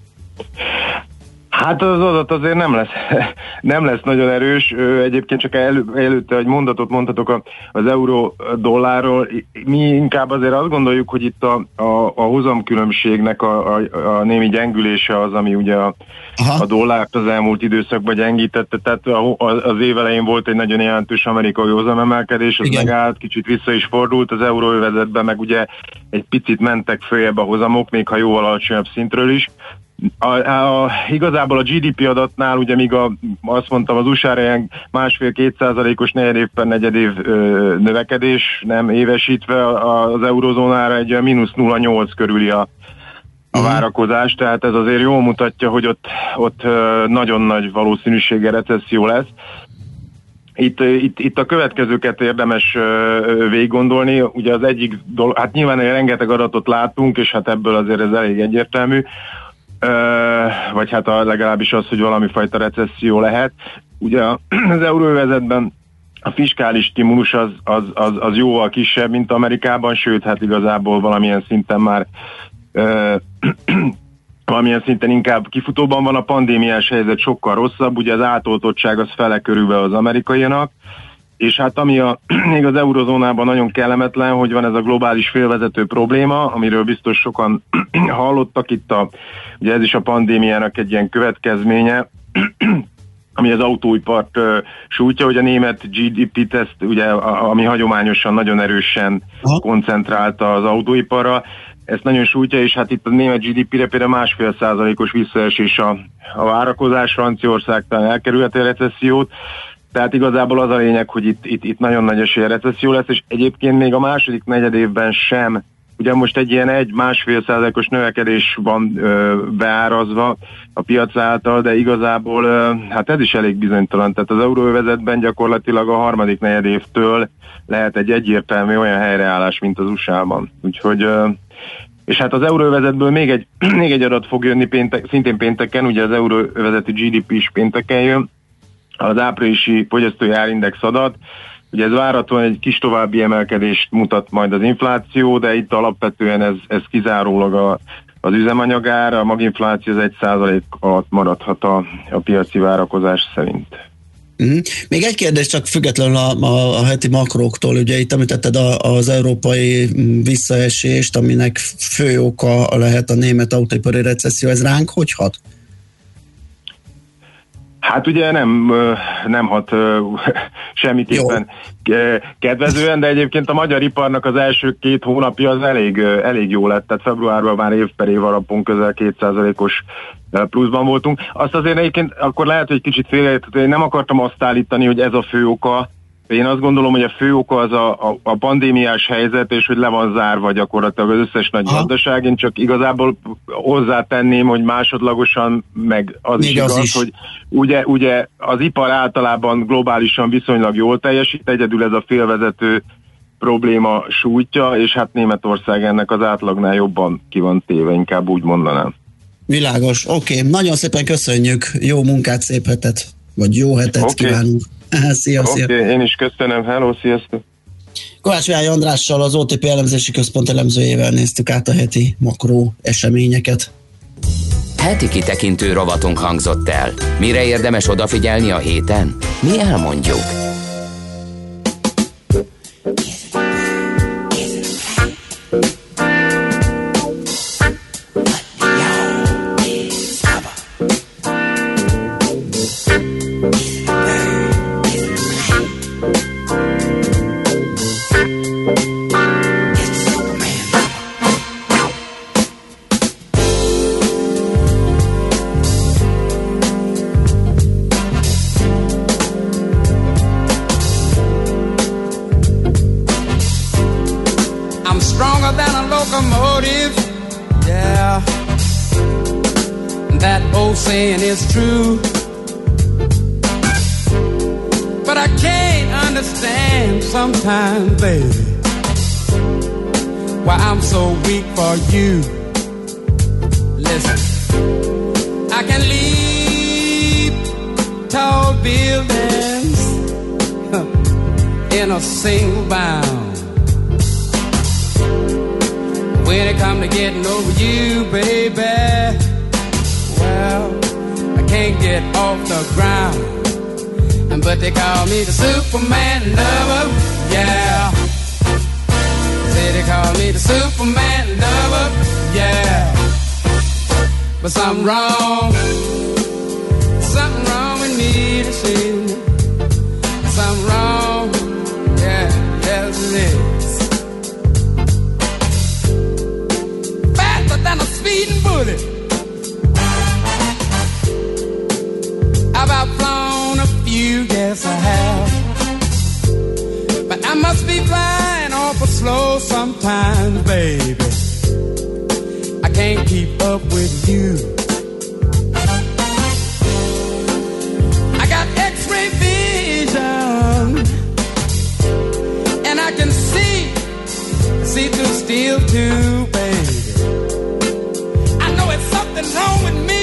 Hát az adat azért nem lesz, nem lesz nagyon erős. Egyébként csak elő, előtte egy mondatot mondhatok az euró-dollárról. Mi inkább azért azt gondoljuk, hogy itt a, a, a hozamkülönbségnek a, a, a némi gyengülése az, ami ugye a, a dollárt az elmúlt időszakban gyengítette. Tehát az év elején volt egy nagyon jelentős amerikai hozamemelkedés, az igen, megállt, kicsit vissza is fordult az euróövezetben, meg ugye egy picit mentek följebb a hozamok, még ha jóval alacsonyabb szintről is. A, a, igazából a gé dé pé adatnál, ugye míg a, azt mondtam, az u es á-ra ilyen másfél-két százalékos negyedév per negyedév ö, növekedés, nem évesítve, az eurozónára egy olyan mínusz nulla egész nyolc körüli a, a várakozás, tehát ez azért jól mutatja, hogy ott, ott ö, nagyon nagy valószínűséggel recesszió lesz. Itt, itt, itt a következőket érdemes végig gondolni. Ugye az egyik dolog, hát nyilván rengeteg adatot látunk, és hát ebből azért ez elég egyértelmű. Uh, vagy hát a, legalábbis az, hogy valami fajta recesszió lehet. Ugye az euróövezetben a fiskális stimulus az, az, az, az jóval kisebb, mint Amerikában, sőt, hát igazából valamilyen szinten már uh, valamilyen szinten inkább kifutóban van, a pandémiás helyzet sokkal rosszabb, ugye az átoltottság az fele körülbelül az amerikaianak, és hát ami a, még az eurozónában nagyon kellemetlen, hogy van ez a globális félvezető probléma, amiről biztos sokan hallottak itt, a, ugye ez is a pandémiának egy ilyen következménye, ami az autóipart uh, sújtja, hogy a német gé dé pé-teszt, ugye, a, ami hagyományosan nagyon erősen Aha. koncentrálta az autóiparra, ezt nagyon sújtja, és hát itt a német gé dé pé-re például másfél százalékos visszaesés a, a várakozás, Franciaország talán elkerülheti a recessziót, tehát igazából az a lényeg, hogy itt, itt, itt nagyon nagy esélye recesszió lesz, és egyébként még a második negyedévben sem, ugye most egy ilyen egy-másfél százalékos növekedés van ö, beárazva a piac által, de igazából ö, hát ez is elég bizonytalan, tehát az euróövezetben gyakorlatilag a harmadik negyedévtől lehet egy egyértelmű olyan helyreállás, mint az u es á-ban. Úgyhogy ö, és hát az euróövezetből még egy, még egy adat fog jönni péntek, szintén pénteken, ugye az euróövezeti gé dé pé is pénteken jön, az áprilisi fogyasztói árindex adat. Ugye ez várhatóan egy kis további emelkedést mutat majd az infláció, de itt alapvetően ez, ez kizárólag a, az üzemanyagár, a maginfláció az egy százalék alatt maradhat a, a piaci várakozás szerint. Mm. Még egy kérdés, csak függetlenül a, a, a heti makróktól, ugye itt említetted a, az európai visszaesést, aminek fő oka lehet a német autóipari recesszió, ez ránk hogy hat? Hát ugye nem, nem hat semmiképpen kedvezően, de egyébként a magyar iparnak az első két hónapja az elég, elég jó lett, tehát februárban már év per év alapon közel két százalékos pluszban voltunk. Azt azért egyébként akkor lehet, hogy kicsit félreérthető, én nem akartam azt állítani, hogy ez a fő oka Én azt gondolom, hogy a fő oka az a, a, a pandémiás helyzet, és hogy le van zárva gyakorlatilag az összes nagy gazdaság. Én csak igazából hozzátenném, hogy másodlagosan meg az Még is igaz, az is. hogy ugye, ugye az ipar általában globálisan viszonylag jól teljesít, egyedül ez a félvezető probléma sújtja, és hát Németország ennek az átlagnál jobban ki van téve, inkább úgy mondanám. Világos, oké. Okay. Nagyon szépen köszönjük, jó munkát, szép hetet, vagy jó hetet okay. kívánunk. Szia, szia. Oké, okay, én is köszönöm, hello, sziasztok! Kovács Mihály Andrással, az o té pé elemzési központ elemzőjével néztük át a heti makró eseményeket. Heti kitekintő rovatunk hangzott el. Mire érdemes odafigyelni a héten? Mi elmondjuk. Saying is true, but I can't understand sometimes, baby, why I'm so weak for you. Listen, I can leap tall buildings in a single bound. When it comes to getting over you, baby, well, I can't get off the ground, but they call me the Superman lover, yeah. Say they call me the Superman lover, yeah. But something wrong, something wrong with me to see. Something wrong, yeah, yes it is. Faster than a speeding bullet, I've flown a few, yes I have, but I must be flying awful slow sometimes, baby. I can't keep up with you. I got X-ray vision, and I can see, see through steel too, baby. I know it's something wrong with me,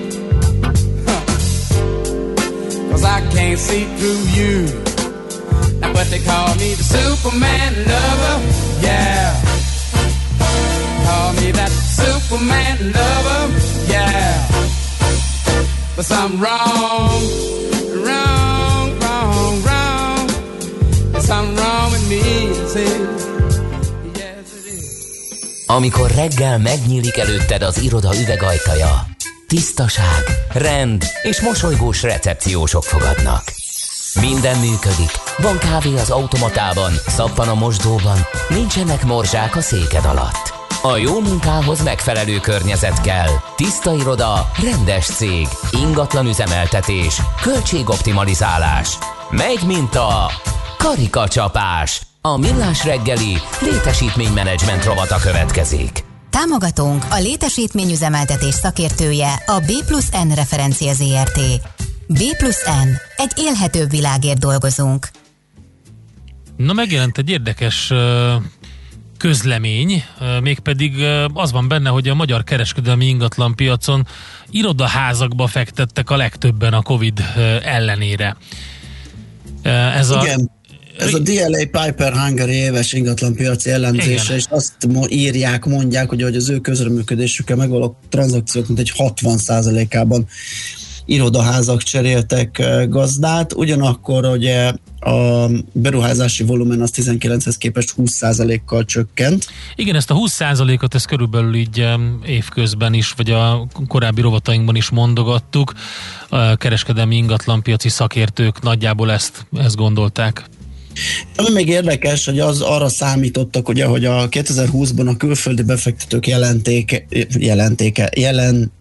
I can't see through you. Now but they call me the Superman lover, yeah. Call me that Superman lover, yeah. But something wrong, wrong, wrong, wrong. There's something wrong with me, see. Yes it is. Amikor reggel megnyílik előtted az iroda üvegajtaja, tisztaság, rend és mosolygós recepciósok fogadnak. Minden működik, van kávé az automatában, szappan a mosdóban, nincsenek morzsák a széked alatt. A jó munkához megfelelő környezet kell. Tiszta iroda, rendes cég, ingatlan üzemeltetés, költségoptimalizálás. Megy, mint a karikacsapás. A Millás reggeli létesítménymenedzsment rovata következik. Támogatónk a létesítményüzemeltetés szakértője, a B plusz N Referencia Zrt. B plusz N. Egy élhetőbb világért dolgozunk. Na, megjelent egy érdekes uh, közlemény, uh, mégpedig uh, az van benne, hogy a magyar kereskedelmi ingatlan piacon irodaházakba fektettek a legtöbben a Covid uh, ellenére. Uh, ez Igen. a Ez a dé el á Piper Hungary éves ingatlanpiaci elemzése, igen. És azt írják, mondják, hogy az ő közreműködésükkel megvaló tranzakciók mint egy hatvan százalékában irodaházak cseréltek gazdát, ugyanakkor ugye a beruházási volumen az tizenkilenchez képest húsz százalékkal csökkent. Igen, ezt a húsz százalékot ezt körülbelül így évközben is, vagy a korábbi rovatainkban is mondogattuk. A kereskedelmi ingatlanpiaci szakértők nagyjából ezt, ezt gondolták. Ami még érdekes, hogy az arra számítottak, ugye, hogy a kétezer-húszban a külföldi befektetők jelentéke, jelentéke, jelen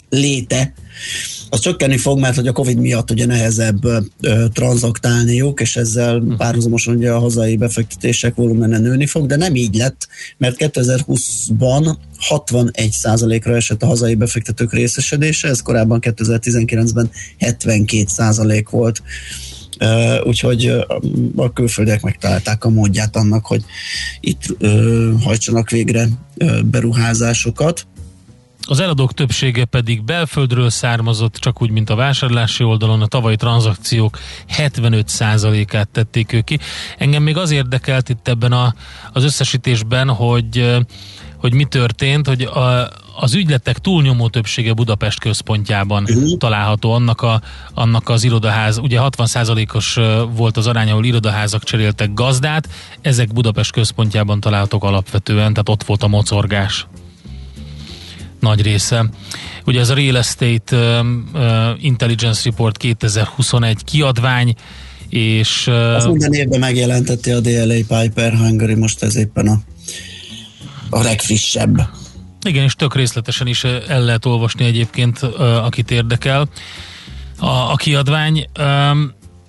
léte, az csökkenni fog, mert hogy a Covid miatt ugye nehezebb ö, tranzaktálniuk, és ezzel párhuzamosan ugye a hazai befektetések volumene nőni fog, de nem így lett, mert kétezer-húszban hatvanegy százalékra esett a hazai befektetők részesedése, ez korábban kétezer-tizenkilencben hetvenkét százalék volt. Uh, úgyhogy uh, a külföldiek megtalálták a módját annak, hogy itt uh, hajtsanak végre uh, beruházásokat. Az eladók többsége pedig belföldről származott, csak úgy, mint a vásárlási oldalon, a tavalyi tranzakciók hetvenöt százalékát tették ők ki. Engem még az érdekelt itt ebben a, az összesítésben, hogy, hogy mi történt, hogy a, az ügyletek túlnyomó többsége Budapest központjában uh-huh. található, annak, a, annak az irodaház, ugye hatvan százalékos volt az arány, ahol irodaházak cseréltek gazdát, ezek Budapest központjában találhatók alapvetően, tehát ott volt a mocorgás nagy része. Ugye ez a Real Estate uh, uh, Intelligence Report kétezer-huszonegy kiadvány, és... Uh, Azt minden évben megjelentette a dé el á Piper Hungary, most ez éppen a, a legfrissebb. Igen, és tök részletesen is el lehet olvasni egyébként, uh, akit érdekel. A, a kiadvány... Um,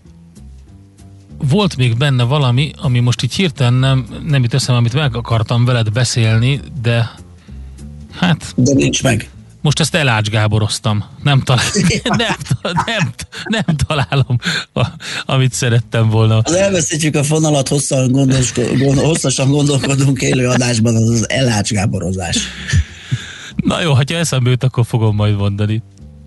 volt még benne valami, ami most így hirtelen nem, nem jut eszembe, amit meg akartam veled beszélni, de hát... De nincs meg. Most ezt Elács Gáboroztam. Nem, talál, nem, nem, nem találom, a, amit szerettem volna. Az elveszítjük a fonalat, hosszan gondos, gond, hosszasan gondolkodunk élő adásban, az az Elács Gáborozás. Na jó, ha eszembe jut, akkor fogom majd mondani.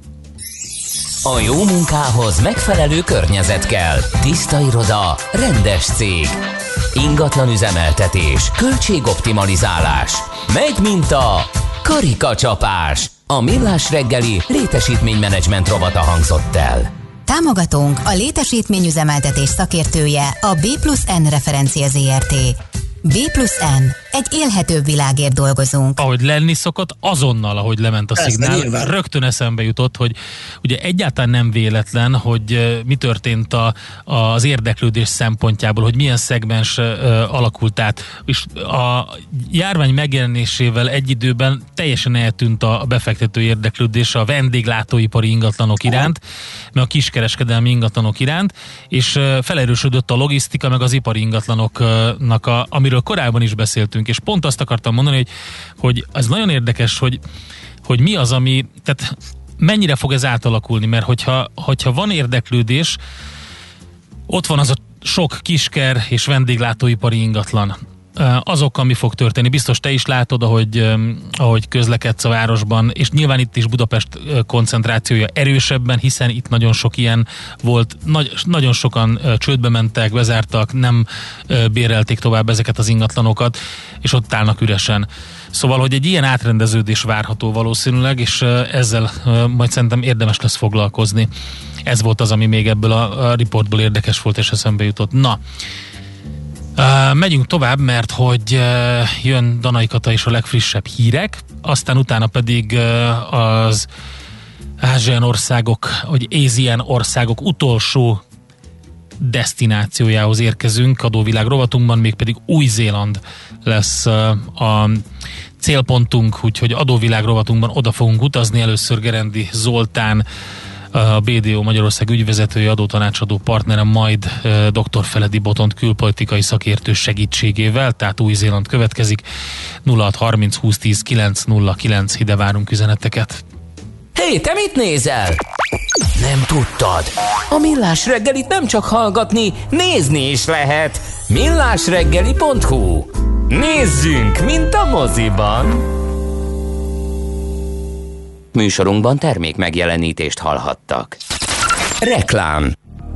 A jó munkához megfelelő környezet kell. Tiszta iroda, rendes cég. Ingatlan üzemeltetés, költségoptimalizálás. Megy, mint a karikacsapás. A Millás reggeli létesítménymenedzsment rovata hangzott el. Támogatónk a létesítményüzemeltetés szakértője, a B plusz N Referencia zé er té. B plusz N. Egy élhetőbb világért dolgozunk. Ahogy lenni szokott, azonnal, ahogy lement a Persze, szignál, nyilván. rögtön eszembe jutott, hogy ugye egyáltalán nem véletlen, hogy mi történt a, az érdeklődés szempontjából, hogy milyen szegmens uh, alakult át. És a járvány megjelenésével egy időben teljesen eltűnt a befektető érdeklődés a vendéglátóipari ingatlanok iránt, meg a kiskereskedelmi ingatlanok iránt, és uh, felerősödött a logisztika, meg az ipari ingatlanoknak, a, amiről korábban is beszéltünk, és pont azt akartam mondani, hogy, hogy ez nagyon érdekes, hogy, hogy mi az, ami, tehát mennyire fog ez átalakulni, mert hogyha, hogyha van érdeklődés, ott van az a sok kisker és vendéglátóipari ingatlan. Azokkal mi fog történni? Biztos te is látod, ahogy, ahogy közlekedsz a városban, és nyilván itt is Budapest koncentrációja erősebben, hiszen itt nagyon sok ilyen volt, Nagy, nagyon sokan csődbe mentek, bezártak, nem bérelték tovább ezeket az ingatlanokat, és ott állnak üresen. Szóval, hogy egy ilyen átrendeződés várható valószínűleg, és ezzel majd szerintem érdemes lesz foglalkozni. Ez volt az, ami még ebből a riportból érdekes volt, és eszembe jutott. Na, Uh, megyünk tovább, mert hogy uh, jön Danai Kata és a legfrissebb hírek, aztán utána pedig uh, az ázsiai országok, vagy Asian országok utolsó desztinációjához érkezünk adóvilág rovatunkban, mégpedig Új-Zéland lesz uh, a célpontunk, úgyhogy adóvilág rovatunkban oda fogunk utazni. Először Gerendi Zoltán, a bé dé o Magyarország ügyvezetője, adótanácsadó partnere, majd uh, dr. Feledi Botont külpolitikai szakértő segítségével, tehát Új-Zéland következik. nulla hat harminc húsz tíz kilenc nulla kilenc, ide várunk üzeneteket. Hé, hey, te mit nézel? Nem tudtad? A Millás reggelit nem csak hallgatni, nézni is lehet. millásreggeli pont hu. Nézzünk, mint a moziban. Műsorunkban termék megjelenítést hallhattak. Reklám.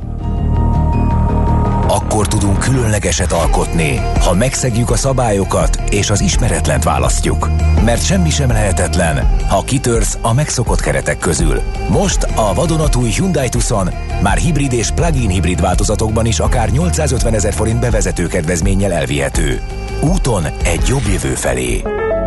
Akkor tudunk különlegeset alkotni, ha megszegjük a szabályokat és az ismeretlent választjuk. Mert semmi sem lehetetlen, ha kitörsz a megszokott keretek közül. Most a vadonatúj Hyundai Tucson már hibrid és plug-in hibrid változatokban is akár nyolcszázötven ezer forint bevezető kedvezménnyel elvihető. Úton egy jobb jövő felé.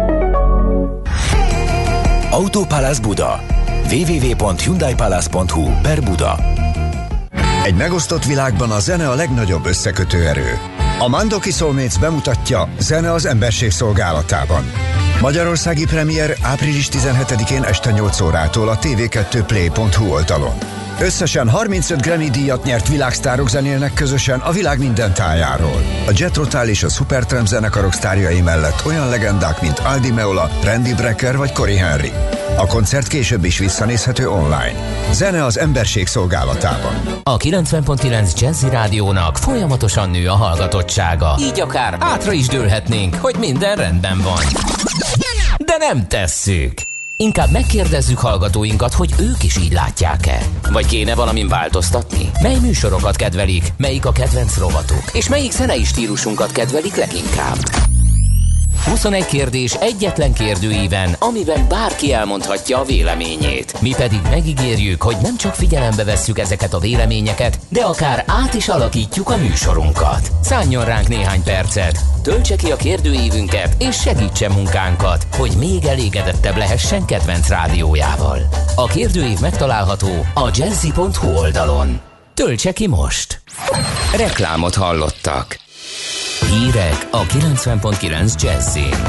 Autopalace Buda. double-u double-u double-u pont hyundai palace pont hu per Buda. Egy megosztott világban a zene a legnagyobb összekötő erő. A Mandoki Soulmates bemutatja Zene az emberség szolgálatában. Magyarországi premier április tizenhetedikén este nyolc órától a té vé kettő play pont hu oldalon. Összesen harmincöt Grammy díjat nyert világsztárok zenélnek közösen a világ minden tájáról. A Jet Rotal és a Supertramp zenekarok sztárjai mellett olyan legendák, mint Aldi Meola, Randy Brecker vagy Corey Henry. A koncert később is visszanézhető online. Zene az emberség szolgálatában. A kilencven pont kilenc Jazzy Rádiónak folyamatosan nő a hallgatottsága. Így akár hátra is dőlhetnénk, hogy minden rendben van. De nem tesszük. Inkább megkérdezzük hallgatóinkat, hogy ők is így látják-e. Vagy kéne valamin változtatni? Mely műsorokat kedvelik, melyik a kedvenc rovatuk, és melyik zenei stílusunkat kedvelik leginkább? huszonegy kérdés egyetlen kérdőíven, amiben bárki elmondhatja a véleményét. Mi pedig megígérjük, hogy nem csak figyelembe vesszük ezeket a véleményeket, de akár át is alakítjuk a műsorunkat. Szálljon ránk néhány percet, töltse ki a kérdőívünket, és segítse munkánkat, hogy még elégedettebb lehessen kedvenc rádiójával. A kérdőív megtalálható a jazzy pont hu oldalon. Töltse ki most! Reklámot hallottak. Hírek a kilencven pont kilenc Jazzyn.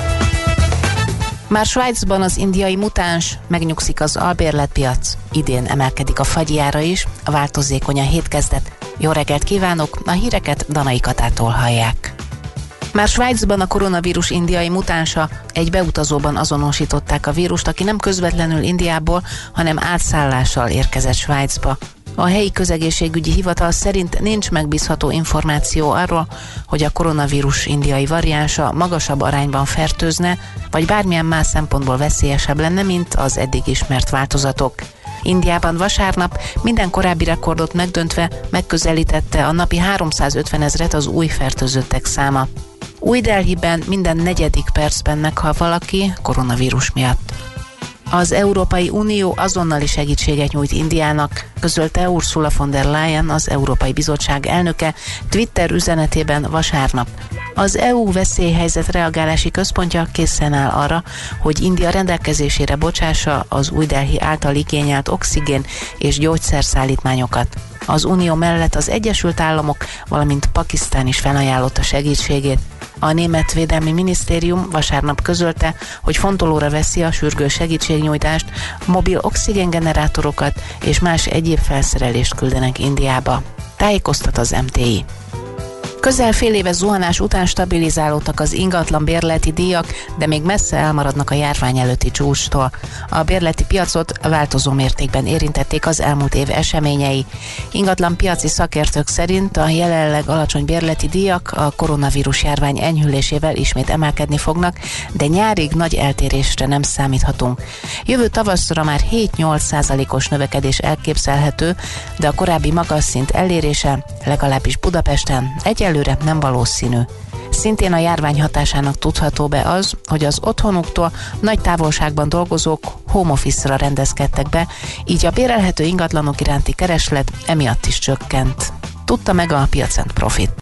Már Svájcban az indiai mutáns, megnyugszik az albérletpiac. Idén emelkedik a fagyi ára is, a változékony a hétkezdet. Jó reggelt kívánok, a híreket Danai Katától hallják. Már Svájcban a koronavírus indiai mutánsa, egy beutazóban azonosították a vírust, aki nem közvetlenül Indiából, hanem átszállással érkezett Svájcba. A helyi közegészségügyi hivatal szerint nincs megbízható információ arról, hogy a koronavírus indiai variánsa magasabb arányban fertőzne, vagy bármilyen más szempontból veszélyesebb lenne, mint az eddig ismert változatok. Indiában vasárnap minden korábbi rekordot megdöntve megközelítette a napi háromszázötven ezret az új fertőzöttek száma. Új Delhiben minden negyedik percben meghal valaki koronavírus miatt. Az Európai Unió azonnali segítséget nyújt Indiának, közölte Ursula von der Leyen, az Európai Bizottság elnöke Twitter üzenetében vasárnap. Az é u veszélyhelyzet reagálási központja készen áll arra, hogy India rendelkezésére bocsássa az Új Delhi által igényelt oxigén és gyógyszerszállítmányokat. Az Unió mellett az Egyesült Államok, valamint Pakisztán is felajánlotta segítségét. A német védelmi minisztérium vasárnap közölte, hogy fontolóra veszi a sürgős segítségnyújtást, mobil oxigéngenerátorokat és más egyéb felszerelést küldenek Indiába. Tájékoztat az em té i. Közel fél éves zuhanás után stabilizálódtak az ingatlan bérleti díjak, de még messze elmaradnak a járvány előtti csúcstól. A bérleti piacot változó mértékben érintették az elmúlt év eseményei. Ingatlan piaci szakértők szerint a jelenleg alacsony bérleti díjak a koronavírus járvány enyhülésével ismét emelkedni fognak, de nyárig nagy eltérésre nem számíthatunk. Jövő tavaszra már hét-nyolc százalékos növekedés elképzelhető, de a korábbi magas szint elérése, legalábbis Budapesten, egyelőre nem valószínű. Szintén a járvány hatásának tudható be az, hogy az otthonuktól nagy távolságban dolgozók home office-ra rendezkedtek be, így a bérelhető ingatlanok iránti kereslet emiatt is csökkent. Tudta meg a Piacent Profit.